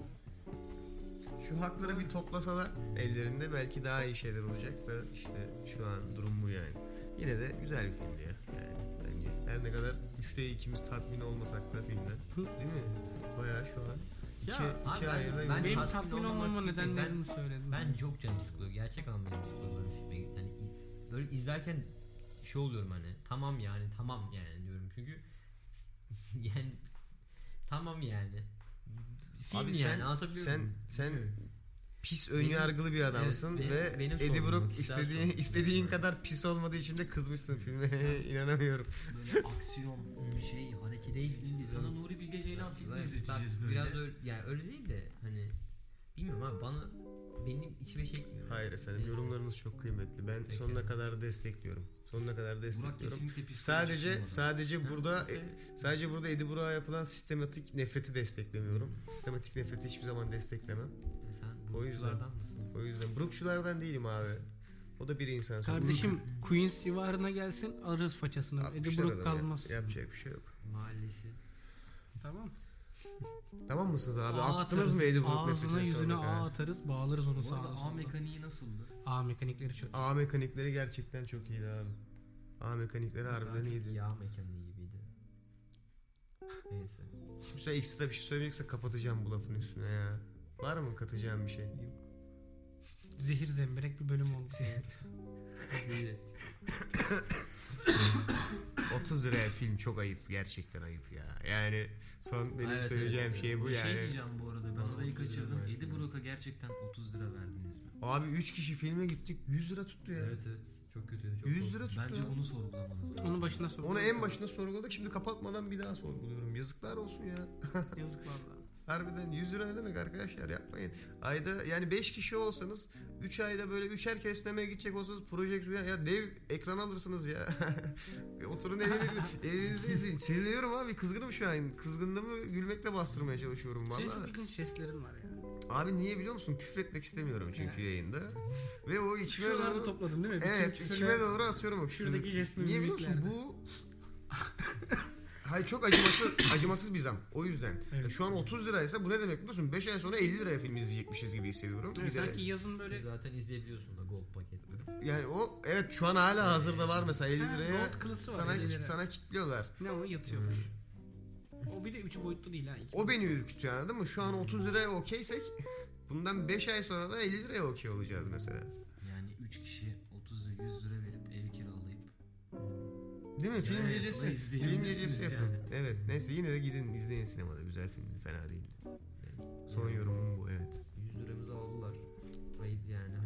Şu hakları bir toplasalar ellerinde belki daha iyi şeyler olacak da işte şu an durum bu yani. Yine de güzel bir filmdi ya. Yani bence her ne kadar 3'te ikimiz tatmin olmasak da filmden. Değil mi? Bayağı şu an iki, Ya, abi iki ben- ayrıda ben- Benim tatmin tatmin olmamak olmama değil, nedenlerini söyledim. Ben çok canım sıkılıyor. Gerçek anlamda canım sıkılıyor böyle filme. Yani böyle izlerken şey oluyorum hani tamam yani diyorum çünkü yani tamam yani film Abi yani anlatabiliyor muyum? sen Bilmiyorum. pis önyargılı bir adamsın Evet, ve benim Eddie sorunum Brock o, kişisel istediğin sorunum. kadar pis olmadığı için de kızmışsın filme. İnanamıyorum. Böyle aksiyon, şey, hareket değil. Sana Nuri Bilge Ceylan filmi Evet, izleteceğiz bak, böyle. biraz öyle, yani öyle değil de hani bilmiyorum abi benim içime çekmiyor. Hayır efendim, Neyse. yorumlarınız çok kıymetli. Ben Peki. sonuna kadar destekliyorum. Sonuna kadar Burak destekliyorum. kesinlikle psikolojik Sadece olmadı. sadece burada neyse. sadece burada Eddie Brock'a yapılan sistematik nefreti desteklemiyorum. Sistematik nefreti hiçbir zaman desteklemem. Sen O yüzden. Brookçulardan mısın? O yüzden Brookçulardan değilim abi. O da bir insan. sonuçta. Kardeşim Queens civarına gelsin alırız façasını. Eddie 60 Brock liradan kalmaz. yapacak bir şey yok. Mahallesi. Tamam. Tamam mısınız abi? Ağ Attınız atarız. mı Eddie Brock Ağzına nefretini yüzüne sonuna kadar? ağ atarız, bağlarız onu Bu sağda arada A solda. mekaniği nasıldı? A mekanikleri çok. A mekanikleri gerçekten çok iyiydi abi. A mekanikleri harbiden Daha çok iyiydi. Yağ mekaniği gibiydi. Neyse. Sen ekstra bir şey söyleyecekse kapatacağım bu lafın üstüne ya. Var mı katacağım bir şey? Zehir zemberek bir bölüm oldu. 30 liraya film çok ayıp. Gerçekten ayıp ya. Yani son benim Evet, söyleyeceğim evet, şey bu Bir şey yani. diyeceğim bu arada. Ben Bana orayı 30 lira kaçırdım. versin. Eddie Brock'a gerçekten 30 lira verdiniz mi? Abi 3 kişi filme gittik 100 lira tuttu ya. Evet çok kötüydü. Çok 100 lira tuttu. Bence ya. bunu sorgulamanız lazım. Onu başına sor. Onu en başında sorguladık, şimdi kapatmadan bir daha sorguluyorum. Yazıklar olsun ya. Yazık valla. Harbiden 100 lira ne demek arkadaşlar, yapmayın. Ayda yani 5 kişi olsanız 3 ayda böyle 3'er kere sinemaya gidecek olsanız projeksiyon ya dev ekran alırsınız ya. Oturun elinizde izleyin. Sinirleniyorum abi, kızgınım şu an. Kızgınlığımı gülmekle bastırmaya çalışıyorum Senin vallahi. çok ilginç jestlerin var ya. Abi niye biliyor musun? Küfür etmek istemiyorum çünkü yayında. Ve o içime Şuralarda doğru... topladın değil mi? Evet, Bütün içime küfürler- doğru atıyorum o küfürü. Şuradaki jest ve Niye biliyor musun? mimiklerde. Bu hayır, çok acımasız bir zam. O yüzden. Evet. Ya şu an 30 liraysa bu ne demek biliyor musun? 5 ay sonra 50 liraya film izleyecekmişiz gibi hissediyorum. Evet, Giderek- sanki yazın böyle Zaten izleyebiliyorsun da gold paketle. Yani o evet şu an hala hazırda var mesela 50 Ha, liraya. gold kılısı var, Sana 50 lira. sana kitliyorlar. ne o yatıyormuş. O bir de 3 boyutlu değil ha. O beni ürkütüyor, anladın mı? Şu an 30 liraya okeysek bundan 5 ay sonra da 50 liraya okey olacağız mesela. Yani 3 kişi 30 lira 100 lira verip ev kiralayıp Değil mi? Film Evet, gecesi. onu Film izleyebilirsiniz gecesi yapın. yani. Evet. Neyse yine de gidin izleyin sinemada. Güzel filmdi. Fena değildi. Son yorumum bu, evet. 100 liramızı aldılar. Hayır yani.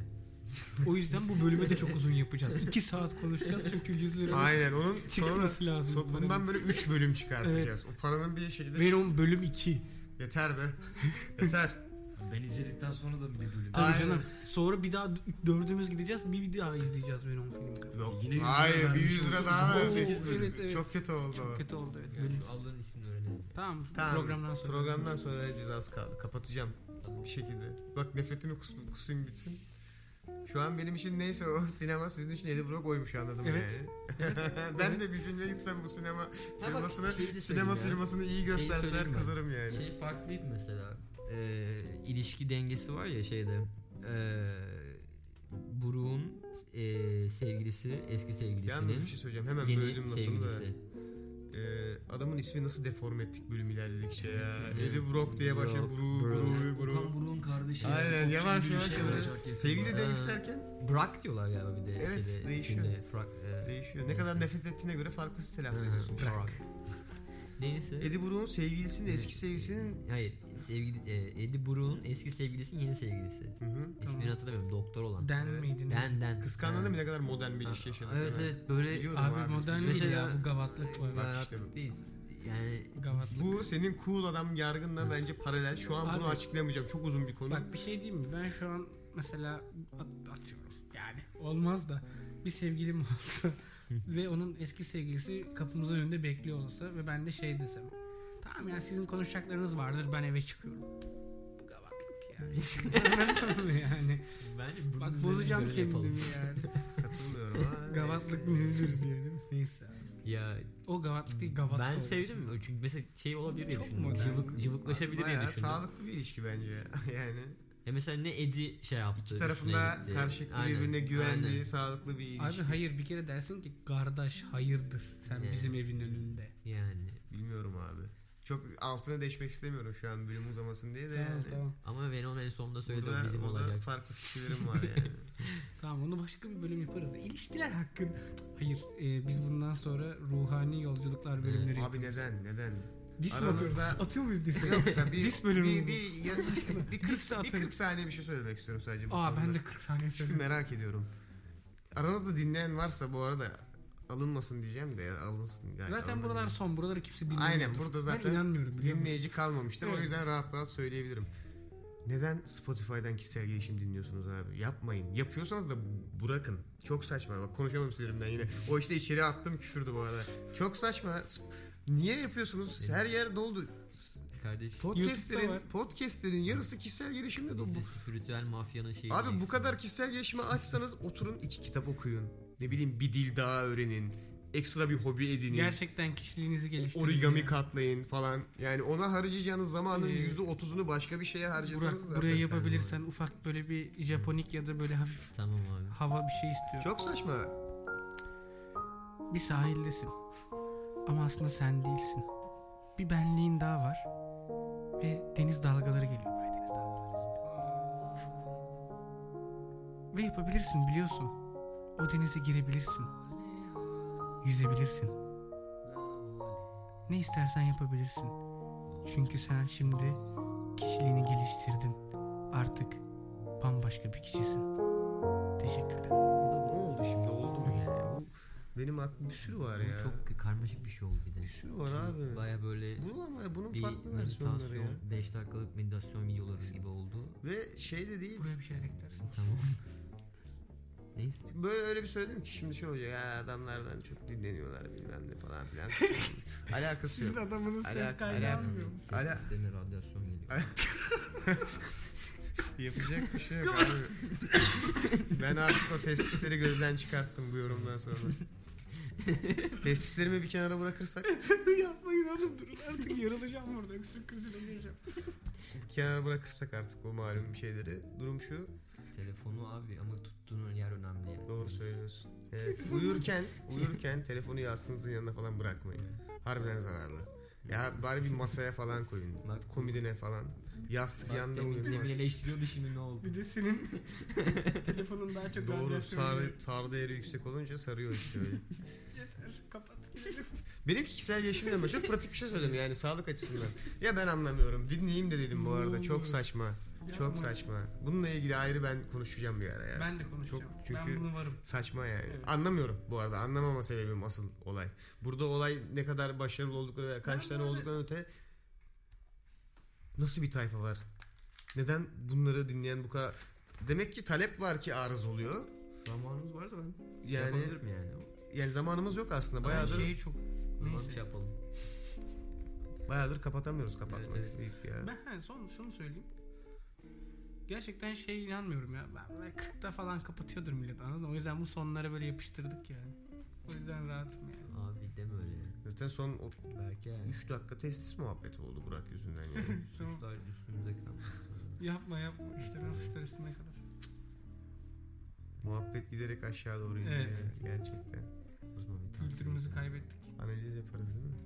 O yüzden bu bölümü de çok uzun yapacağız. 2 saat konuşacağız çünkü 100 lira Aynen onun sonra çıkması lazım. bundan böyle 3 bölüm çıkartacağız. O paranın bir şekilde Venom bölüm 2. yeter be. Yeter. Ben izledikten sonra da bir bölüm. Tabii Aynen. canım. Sonra bir daha dördümüz gideceğiz. Bir daha izleyeceğiz Venom filmini. Yok. Yine 100 lira Hayır bir vermiş 100 lira olduk. daha Oo, verdik. evet. Çok kötü oldu. Çok kötü oldu evet. Ya Bölüm. şu ablanın ismini öğrenelim. Tamam. Tamam. Programdan sonra. vereceğiz az kaldı. Kapatacağım Tamam. bir şekilde. Bak nefretimi kusayım bitsin. Şu an benim için neyse o sinema sizin için Eddie Brock oymuş anladım Evet. yani. Ben de bir filme gitsem bu sinema firmasını şey de sinema söyleyeyim ya. firmasını iyi Şey gösterseler söyleyeyim ben. kızarım yani. Şey farklıydı mesela. İlişki dengesi var ya şeyde. Brooke'un sevgilisi, eski sevgilisinin Yalnız bir şey söyleyeceğim hemen yeni böldüm lafını da. sevgilisi. Adamın ismi nasıl deforme ettik bölüm ilerledikçe ya. Evet. Eddie Brock diye başlıyor. Bru. Okan Buruk'un kardeşi. Aynen Skopçu yavaş gibi bir yavaş şey yavaş. olacak yakında. Sevgili de Ha. isterken Brock diyorlar galiba bir de. Evet, şeyde, değişiyor. filmde. değişiyor. Ne kadar nefret ettiğine göre farklı telaffuz ediyorsun. işte. Brock. Neyse. Eddie Brock'un sevgilisinin eski sevgilisinin Hayır, Eddie Brooke'un eski sevgilisinin yeni sevgilisi. İsmini hatırlamıyorum. Doktor olan. Dan Evet. mıydı? ne? Dan. kıskandığında mı ne kadar modern bir ilişki yaşadık. Evet değil mi? evet böyle Biliyorum Abi modern değil Mesela- ya bu gavatlık var. Bak Hayat işte bu. değil. Yani Gavatlık. Bu senin cool adam yargınla bence paralel. Şu an bunu Abi- açıklayamayacağım. Çok uzun bir konu. Bak bir şey diyeyim mi? Ben şu an mesela atıyorum. Yani olmaz da bir sevgilim olsa ve onun eski sevgilisi kapımızın önünde bekliyor olsa ve ben de şey desem. Tamam ya sizin konuşacaklarınız vardır ben eve çıkıyorum. Bu gavatlık yani. Anladın mı yani? bence Bak bozacağım kendimi yani. Katılmıyorum ama. Gavatlık neyse. nedir diye değil mi? Neyse. Ya O gavatlık değil gavat da ben olmuş. sevdim çünkü mesela şey olabilir diye Çok düşündüm. modern. Cıvıklaşabilir diye Bayağı düşündüm. sağlıklı bir ilişki bence. Yani Ya mesela ne Eddie şey yaptı. iki tarafında üstüne gitti. karşılıklı Aynen, birbirine güvendiği aynen. sağlıklı bir ilişki. Abi hayır bir kere dersin ki kardeş hayırdır sen Yani. bizim evin önünde. Yani Bilmiyorum abi. Çok altına deşmek istemiyorum şu an bölüm uzamasın diye de Tamam yani. tamam. ama Venom en sonunda söyledi o Burada, bizim burada olacak. farklı fikirlerim var yani. Tamam onu başka bir bölüm yaparız. İlişkiler hakkında. Hayır biz bundan sonra ruhani yolculuklar bölümleri Abi neden? Dis mi aranızda- atıyor muyuz dis? Yok da bir, Dis bölümü bir, bu. bir, ya, bir, 40 saniye bir şey söylemek istiyorum sadece bu Aa konuda. ben de 40 saniye Çünkü söyleyeyim. merak ediyorum. Aranızda dinleyen varsa bu arada alınmasın diyeceğim de alınsın. Yani Zaten alınır buralar yani. son. Buraları kimse dinlemiyor. Aynen burada zaten Ben inanmıyorum biliyor musun? dinleyici kalmamıştır. Evet. O yüzden rahat söyleyebilirim. Neden Spotify'dan kişisel gelişim dinliyorsunuz abi? Yapmayın. Yapıyorsanız da bırakın. Çok saçma. Bak konuşalım sinirimden yine. O işte içeri attım küfürdü bu arada. Çok saçma. Niye yapıyorsunuz? Her yer doldu. Kardeş Podcastlerin, var. podcastlerin yarısı kişisel gelişimle dolu. bizde spiritüel mafyanın şeyi. Abi bu diyeceksin. kadar kişisel gelişimi açsanız oturun 2 kitap okuyun. Ne bileyim bir dil daha öğrenin. Ekstra bir hobi edinin. Gerçekten kişiliğinizi geliştirin. Origami katlayın falan. Yani ona harcayacağınız zamanın Ee, %30'unu başka bir şeye harcasanız zaten. Buraya yapabilirsen ufak böyle bir Japonik ya da böyle hafif Tamam abi. hava bir şey istiyorum. Çok saçma. Bir sahildesin. Ama aslında sen değilsin. Bir benliğin daha var. Ve deniz dalgaları geliyor böyle deniz dalgaları. Ve yapabilirsin biliyorsun. O denize girebilirsin. Yüzebilirsin. Ne istersen yapabilirsin. Çünkü sen şimdi kişiliğini geliştirdin. Artık bambaşka bir kişisin. Teşekkürler. Ne oldu şimdi? Oldu mu yani? Benim aklım bir sürü var ya. Çok karmaşık bir şey oldu bir de. bir sürü var abi. Baya böyle Bu ama bunun bir farklı versiyonları ya. meditasyon, 5 dakikalık meditasyon videoları gibi oldu. Ve şey de değil. Buraya bir şeyler eklersin. Tamam. Neyse. Böyle öyle bir söyledim ki şimdi şey olacak ya adamlardan çok dinleniyorlar bilmem ne falan filan. Alakası yok. adamınız Ala- Sisteme radyasyon geliyor. Yapacak bir şey yok abi. Ben artık o testisleri gözden çıkarttım bu yorumdan sonra. Testislerimi bir kenara bırakırsak Yapmayın oğlum durun artık yarılacağım burada. Öksürük krizine gireceğim. bir kenara bırakırsak artık o malum şeyleri. Durum şu. Telefonu abi ama tuttuğun yer önemli yani. Doğru söylüyorsun. Evet. Uyurken telefonu yastığınızın yanına falan bırakmayın. Harbiden zararlı. Ya bari bir masaya falan koyun. Bak, Komodine falan. Yastık Bak, yanında demin uyunmaz. eleştiriyordu şimdi ne oldu? Bir de senin telefonun daha çok Doğru. radyasyon veriyor. Sar değeri yüksek olunca sarıyor işte öyle. Yeter kapat gidelim. Benim kişisel gelişimle ama çok pratik bir şey söyledim yani sağlık açısından. Ya ben anlamıyorum. Dinleyeyim de dedim bu arada. Çok saçma. Çok saçma. Bununla ilgili ayrı ben konuşacağım bir ara ya. Ben de konuşacağım. Çok- çünkü- Ben bunu varım. Saçma yani. Evet. Anlamıyorum bu arada. Anlamama sebebim asıl olay. Burada olay ne kadar başarılı oldukları veya kaç Ben tane böyle- olduklarından öte nasıl bir tayfa var? Neden bunları dinleyen bu kadar... Demek ki talep var ki arız oluyor. Zamanımız varsa ben Yani yapabilirim yani. yani zamanımız yok aslında. Ben Bayağıdır şeyi çok... Neyse. Neyse. Şey yapalım. bayağıdır kapatamıyoruz, kapatmak Evet, evet. isteyip ya. Ben şunu söyleyeyim. Gerçekten şeye inanmıyorum ya. Ben böyle 40'ta falan kapatıyordur millet, anladın mı? O yüzden bu sonlara böyle yapıştırdık yani. O yüzden rahatım yani. Abi deme öyle. Zaten son Belki yani. 3 dakika testis muhabbeti oldu Burak yüzünden yani. Suçlar üstümüze kalmasın. Yapma işte ben suçlar üstüne kadar. Muhabbet giderek aşağı doğru iniyor Evet. ya, gerçekten. O zaman bir Kültürümüzü tatil kaybettik. Analiz yaparız değil mi?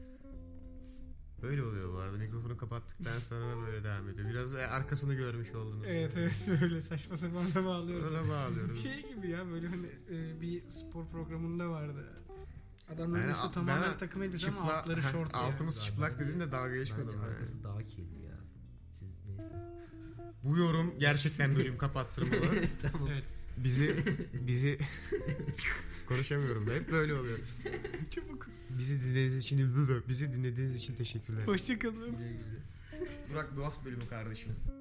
Böyle oluyor bu arada. Mikrofonu kapattıktan sonra da böyle devam ediyor. Biraz arkasını görmüş oldunuz. Evet böyle saçma sapan da bağlıyoruz. Ona bağlıyoruz. Şey gibi ya, böyle hani bir spor programında vardı. Adamların Yani üstü tamamen takım elbise ama altları şort. yani. altımız çıplak dediğinde dalga geçmedim. Bence Yani. arkası daha kirli ya. Siz neyse. Bu yorum gerçekten bölüm kapattırım bunu. Tamam. Evet. Bizi konuşamıyorum da hep böyle oluyor. Çabuk. Bizi dinlediğiniz için teşekkürler. Hoşçakalın. Burak Boğaz bölümü kardeşim.